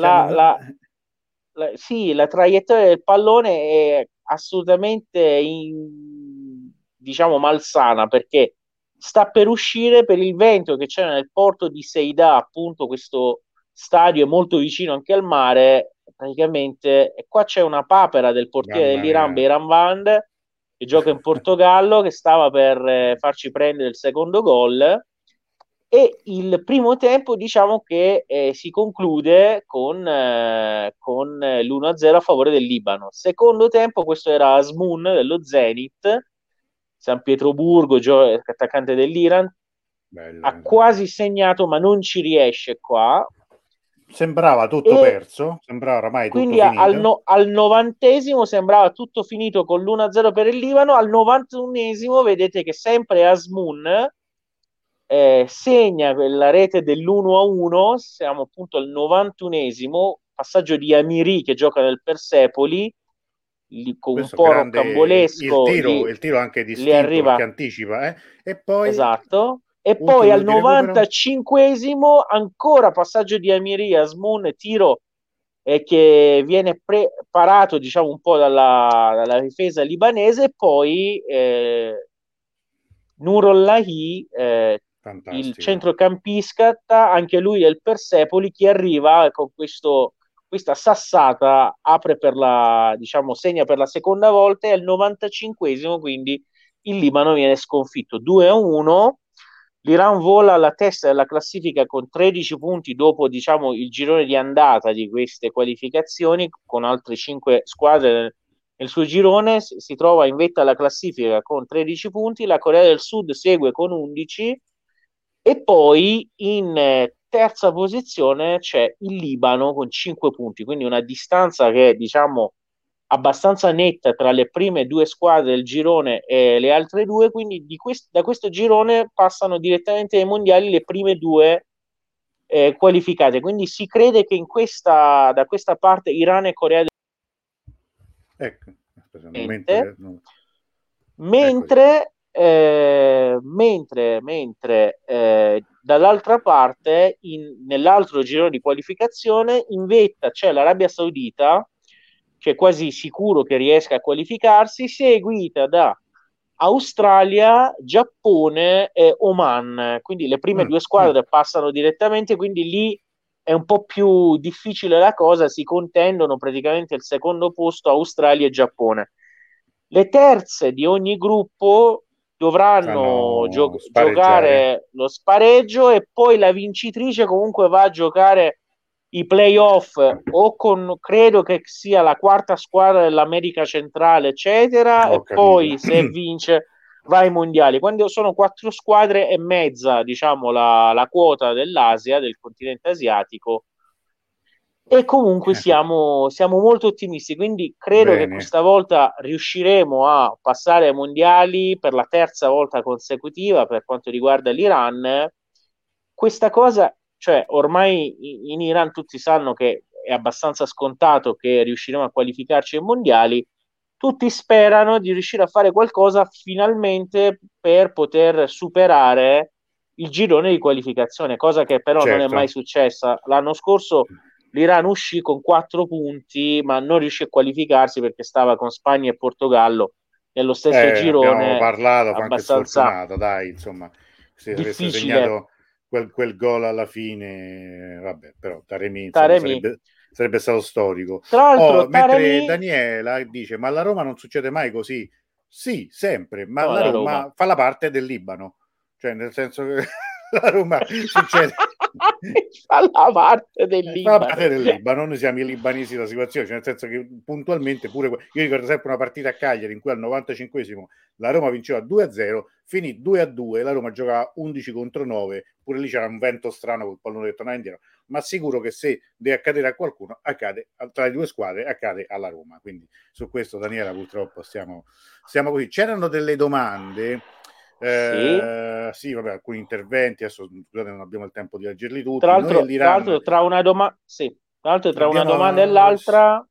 La traiettoria del pallone è assolutamente diciamo malsana, perché sta per uscire per il vento che c'era nel porto di Seida, appunto questo stadio è molto vicino anche al mare praticamente, e qua c'è una papera del portiere dell'Iran, Beiranvand, che gioca in Portogallo, che stava per farci prendere il secondo gol. E il primo tempo diciamo che si conclude con l'1-0 a favore del Libano. Secondo tempo, questo era Azmoun dello Zenit, San Pietroburgo, attaccante dell'Iran. Bello. Ha quasi segnato, ma non ci riesce qua. Sembrava tutto perso, sembrava oramai tutto quindi finito. Al 90esimo sembrava tutto finito con l'1-0 per il Libano. Al 91esimo vedete che sempre Azmoun segna quella rete dell'1-1. Siamo appunto al 91esimo, passaggio di Amiri che gioca nel Persepoli, con questo un po' grande, rocambolesco il tiro anche gli distinto arriva, perché anticipa, e poi esatto, e poi al 95esimo ancora passaggio di Amiri, Azmoun, tiro che viene parato diciamo un po' dalla difesa libanese, e poi Nurollahi, il centrocampista, anche lui del Persepoli, che arriva con questa sassata, apre diciamo, segna per la seconda volta, e al 95esimo quindi il Libano viene sconfitto 2-1. L'Iran vola alla testa della classifica con 13 punti dopo, diciamo, il girone di andata di queste qualificazioni, con altre 5 squadre nel suo girone. Si trova in vetta alla classifica con 13 punti, la Corea del Sud segue con 11, e poi in terza posizione c'è il Libano con 5 punti, quindi una distanza che è, diciamo, abbastanza netta tra le prime due squadre del girone e le altre due. Quindi da questo girone passano direttamente ai mondiali le prime due qualificate. Quindi si crede che da questa parte Iran e Corea del Sud. Ecco, aspetta un momento, mentre dall'altra parte, nell'altro girone di qualificazione, in vetta c'è l'Arabia Saudita, che è quasi sicuro che riesca a qualificarsi, seguita da Australia, Giappone e Oman. Quindi le prime due squadre passano direttamente, quindi lì è un po' più difficile la cosa, si contendono praticamente il secondo posto Australia e Giappone. Le terze di ogni gruppo dovranno giocare lo spareggio, e poi la vincitrice comunque va a giocare i playoff o credo che sia la quarta squadra dell'America centrale, eccetera, e poi se vince va ai mondiali. Quando sono 4 squadre e mezza, diciamo, la quota dell'Asia, del continente asiatico. E comunque siamo molto ottimisti, quindi credo che questa volta riusciremo a passare ai mondiali per la terza volta consecutiva per quanto riguarda l'Iran. Questa cosa, cioè, ormai in Iran tutti sanno che è abbastanza scontato che riusciremo a qualificarci ai mondiali. Tutti sperano di riuscire a fare qualcosa finalmente per poter superare il girone di qualificazione, cosa che però non è mai successa. L'anno scorso l'Iran uscì con 4 punti, ma non riuscì a qualificarsi perché stava con Spagna e Portogallo nello stesso girone. Abbiamo parlato, abbastanza anche sfortunato, dai, insomma, se avesse segnato quel gol alla fine, vabbè, però Taremi sarebbe stato storico. Tra l'altro, mentre Daniela dice, ma la Roma non succede mai così? Sì, sempre, ma la Roma fa la parte del Libano, cioè nel senso che la Roma succede... fa la parte del Libano. Noi siamo i libanesi della situazione, cioè nel senso che puntualmente pure io ricordo sempre una partita a Cagliari in cui al 95esimo la Roma vinceva 2-0, finì 2-2, la Roma giocava 11 contro 9, pure lì c'era un vento strano col pallone che tornava indietro, ma sicuro che se deve accadere a qualcuno, accade tra le due squadre, accade alla Roma. Quindi su questo, Daniela, purtroppo siamo così. C'erano delle domande. Sì, vabbè, alcuni interventi, adesso scusate, non abbiamo il tempo di leggerli tutti. Tra l'altro tra una domanda una domanda e l'altra,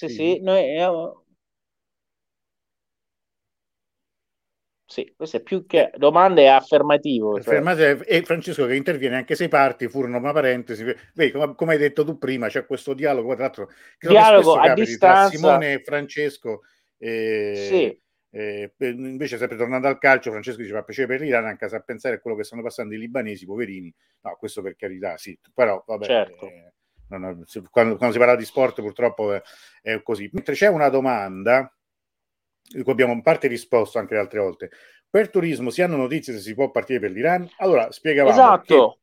sì, questo è più che domanda, è affermativo. E Francesco che interviene, anche se i parti furono una parentesi. Vedi, come hai detto tu prima, c'è questo dialogo, tra l'altro, dialogo a distanza tra Simone e Francesco. Invece, sempre tornando al calcio, Francesco diceva piacere per l'Iran, anche se a pensare a quello che stanno passando i libanesi, poverini. No, questo per carità, sì, però vabbè, certo. Quando si parla di sport purtroppo è così. Mentre c'è una domanda di cui abbiamo in parte risposto anche le altre volte. Per turismo si hanno notizie se si può partire per l'Iran? Allora, spiegavamo esatto,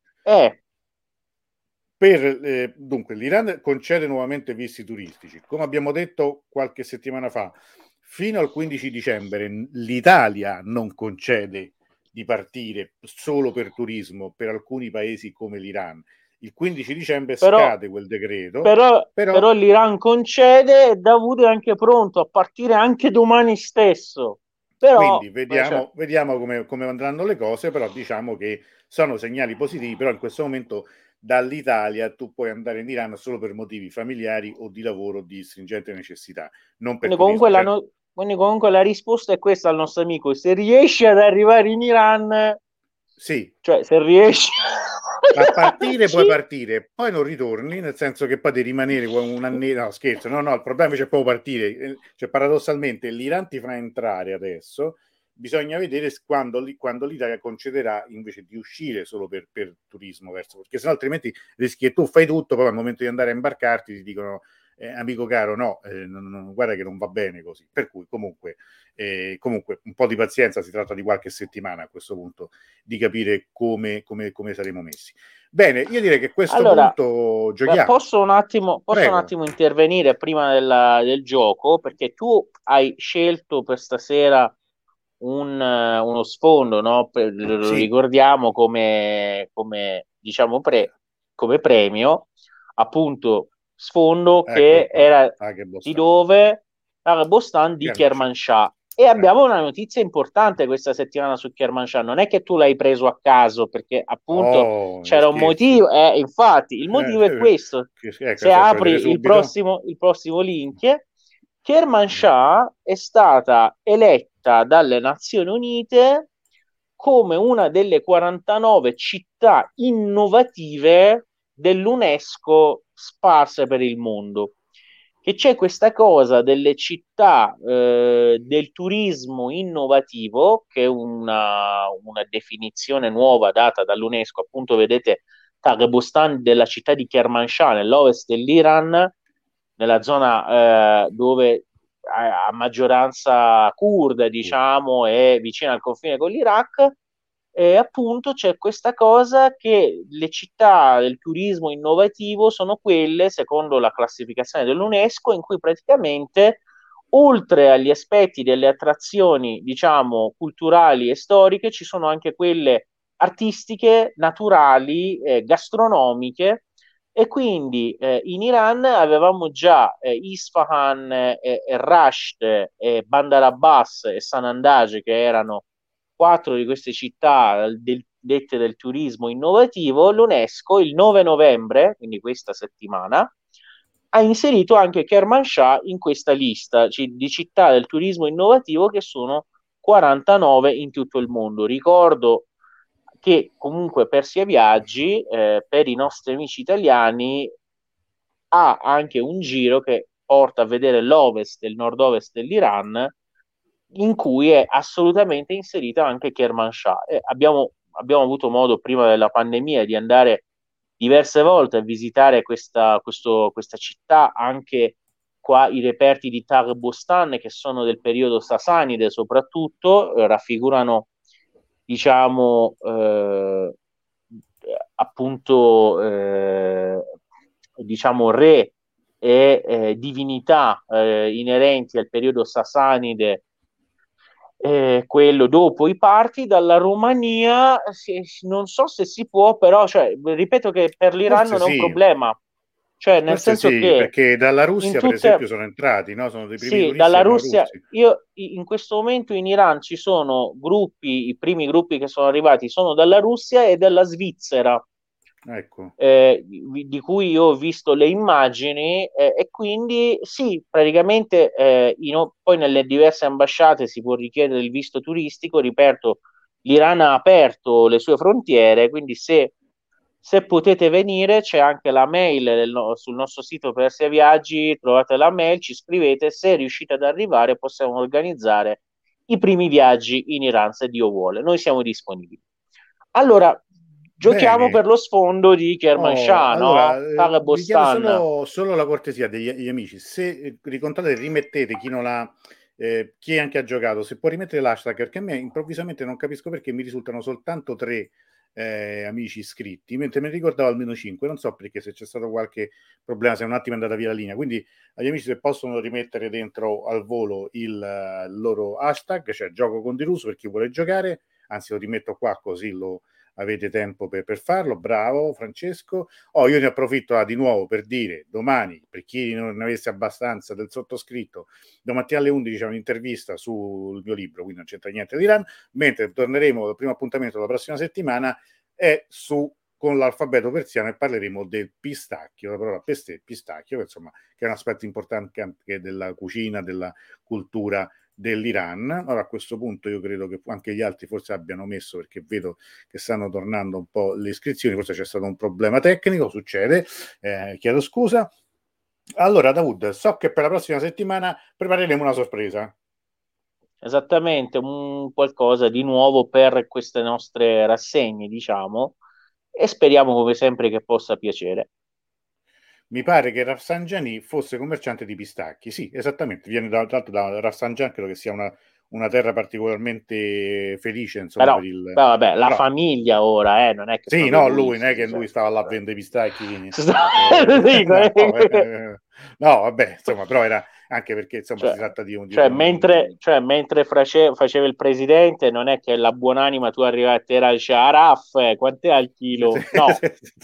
dunque l'Iran concede nuovamente visti turistici. Come abbiamo detto qualche settimana fa, fino al 15 dicembre l'Italia non concede di partire solo per turismo per alcuni paesi come l'Iran. Il 15 dicembre scade quel decreto. Però l'Iran concede e Dawood è anche pronto a partire anche domani stesso. Però, quindi vediamo come andranno le cose, però diciamo che sono segnali positivi, però in questo momento dall'Italia tu puoi andare in Iran solo per motivi familiari o di lavoro di stringente necessità, non per turismo. Quindi comunque la risposta è questa al nostro amico: se riesci ad arrivare in Iran, sì, cioè se riesci a partire puoi partire, poi non ritorni, nel senso che poi devi rimanere un anno. No, scherzo, no, il problema è proprio partire, cioè paradossalmente l'Iran ti fa entrare adesso, bisogna vedere quando l'Italia concederà invece di uscire solo per turismo verso, perché sennò altrimenti rischi che tu fai tutto, poi al momento di andare a imbarcarti ti dicono amico caro, no, guarda che non va bene così, per cui comunque un po' di pazienza, si tratta di qualche settimana a questo punto di capire come saremo messi. Bene, io direi che a questo punto giochiamo. Posso un attimo intervenire prima del gioco, perché tu hai scelto per stasera uno sfondo, no? Lo ricordiamo come diciamo come premio, appunto sfondo che era di dove? Tarebostan di Kermanshah. E abbiamo una notizia importante questa settimana su Kermanshah. Non è che tu l'hai preso a caso, perché appunto c'era un motivo. Infatti, il motivo è questo. Se apri il prossimo link, Kermanshah è stata eletta dalle Nazioni Unite come una delle 49 città innovative dell'UNESCO sparse per il mondo. Che c'è questa cosa delle città del turismo innovativo, che è una definizione nuova data dall'UNESCO. Appunto, vedete Tarebustan della città di Kermanshah nell'ovest dell'Iran, nella zona dove a maggioranza curda, diciamo, è vicina al confine con l'Iraq. Appunto c'è questa cosa che le città del turismo innovativo sono quelle, secondo la classificazione dell'UNESCO, in cui praticamente oltre agli aspetti delle attrazioni, diciamo, culturali e storiche, ci sono anche quelle artistiche, naturali, gastronomiche. E quindi in Iran avevamo già Isfahan, Rasht, Bandar Abbas e Sanandaj, che erano 4 di queste città dette del turismo innovativo. L'UNESCO il 9 novembre, quindi questa settimana, ha inserito anche Kermanshah in questa lista di città del turismo innovativo, che sono 49 in tutto il mondo. Ricordo che comunque Persia Viaggi, per i nostri amici italiani, ha anche un giro che porta a vedere l'ovest e il nord-ovest dell'Iran, in cui è assolutamente inserita anche Kermanshah. Abbiamo avuto modo prima della pandemia di andare diverse volte a visitare questa città, anche qua i reperti di Tarebostan, che sono del periodo sasanide soprattutto, raffigurano, diciamo, appunto, diciamo, re e divinità inerenti al periodo sasanide, quello dopo i parti. Dalla Romania non so se si può, però, cioè, ripeto che per l'Iran non è un problema, cioè nel senso che perché dalla Russia per esempio sono entrati, no? Sono dei primi turisti dalla Russia. Io in questo momento in Iran ci sono i primi gruppi che sono arrivati sono dalla Russia e dalla Svizzera. Ecco. Di cui io ho visto le immagini, e quindi sì, praticamente poi nelle diverse ambasciate si può richiedere il visto turistico. Ripeto, l'Iran ha aperto le sue frontiere, quindi se potete venire, c'è anche la mail sul nostro sito Persia Viaggi, trovate la mail, ci scrivete, se riuscite ad arrivare possiamo organizzare i primi viaggi in Iran, se Dio vuole, noi siamo disponibili. Allora, giochiamo per lo sfondo di Kermanshah, allora, no? Vi chiedo solo la cortesia degli amici, se ricontate, rimettete chi non l'ha chi anche ha giocato, se può rimettere l'hashtag, perché a me improvvisamente non capisco perché mi risultano soltanto 3 amici iscritti, mentre mi ricordavo almeno 5, non so perché, se c'è stato qualche problema, se un attimo è andata via la linea. Quindi agli amici, se possono rimettere dentro al volo il loro hashtag, cioè gioco con Diruso, per chi vuole giocare, anzi lo rimetto qua così lo avete tempo per farlo. Bravo Francesco. Io ne approfitto di nuovo per dire: domani, per chi non ne avesse abbastanza del sottoscritto, domattina alle 11 c'è un'intervista sul mio libro, quindi non c'entra niente di Iran, mentre torneremo, il primo appuntamento la prossima settimana è con l'alfabeto persiano, e parleremo del pistacchio, la parola pistacchio, insomma, che è un aspetto importante anche della cucina, della cultura dell'Iran. Ora, a questo punto io credo che anche gli altri forse abbiano messo, perché vedo che stanno tornando un po' le iscrizioni, forse c'è stato un problema tecnico, succede, chiedo scusa. Allora, Dawood, so che per la prossima settimana prepareremo una sorpresa. Esattamente, un qualcosa di nuovo per queste nostre rassegne, diciamo, e speriamo come sempre che possa piacere. Mi pare che Rafsanjani fosse commerciante di pistacchi. Sì, esattamente, viene tra l'altro da Rafsanjan, credo che sia una terra particolarmente felice, insomma, Però vabbè, la famiglia ora, non è che sì, proprio no, lui, non è che lui stava là a vendere i pistacchi. No, vabbè, insomma, però era anche perché, insomma, si tratta di un... mentre faceva il presidente, non è che la buonanima tu arriva a te e dice Araf, quant'è al chilo? No.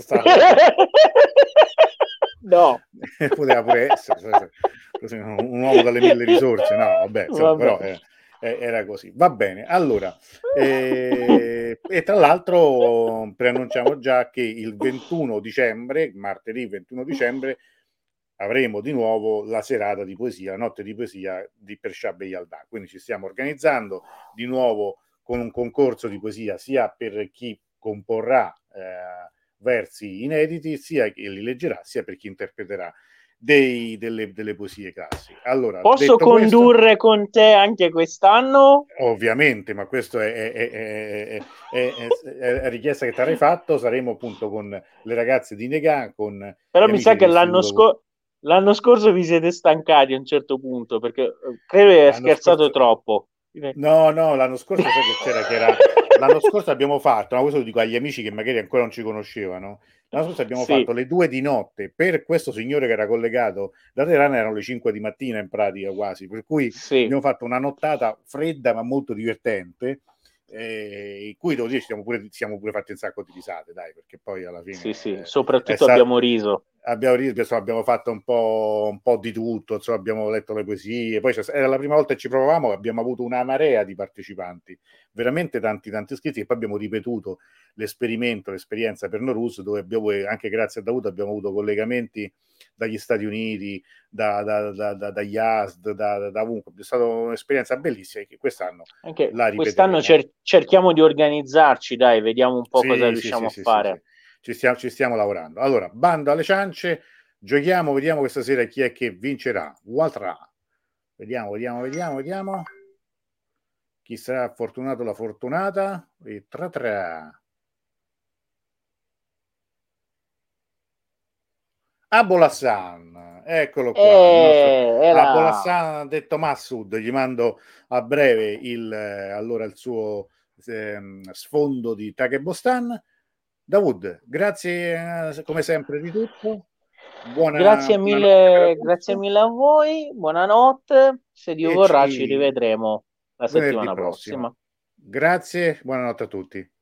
No. Poteva pure essere un uomo dalle 1000 risorse, no, vabbè, insomma, però era così. Va bene, allora, e tra l'altro preannunciamo già che il 21 dicembre, martedì 21 dicembre, avremo di nuovo la serata di poesia, la notte di poesia per Shab e Yalda. Quindi ci stiamo organizzando di nuovo con un concorso di poesia, sia per chi comporrà versi inediti, sia chi li leggerà, sia per chi interpreterà delle poesie classiche. Allora, posso condurre con te anche quest'anno? Ovviamente, ma questo è richiesta che ti avrei fatto. Saremo appunto con le ragazze di Negà, con però mi sa che l'anno scorso vi siete stancati a un certo punto, perché credo di aver scherzato troppo. No, l'anno scorso sai che c'era, l'anno scorso abbiamo fatto, ma questo lo dico agli amici che magari ancora non ci conoscevano, l'anno scorso abbiamo fatto le 2 di notte per questo signore che era collegato da Teheran, erano le 5 di mattina in pratica quasi, per cui abbiamo fatto una nottata fredda ma molto divertente, in cui devo dire siamo pure fatti un sacco di risate, dai, perché poi alla fine soprattutto abbiamo riso. Abbiamo fatto un po' di tutto, insomma, abbiamo letto le poesie, poi era la prima volta che ci provavamo, abbiamo avuto una marea di partecipanti, veramente tanti iscritti, e poi abbiamo ripetuto l'esperienza per Norus, dove anche grazie a Davuto abbiamo avuto collegamenti dagli Stati Uniti, da Yazd, da ovunque. È stata un'esperienza bellissima che quest'anno anche la ripeteremo. quest'anno cerchiamo di organizzarci, dai, vediamo un po' cosa riusciamo a fare. Ci stiamo lavorando. Allora, bando alle ciance, giochiamo, vediamo questa sera chi è che vincerà. Vediamo. Chi sarà fortunato la fortunata? E 3-3. Abolassan, eccolo qua. Abolassan ha detto Massoud, gli mando a breve il suo sfondo di Taghebostan. Dawood, grazie come sempre di tutto. Grazie mille a voi, buonanotte, se Dio vorrà ci rivedremo la settimana prossima. Grazie, buonanotte a tutti.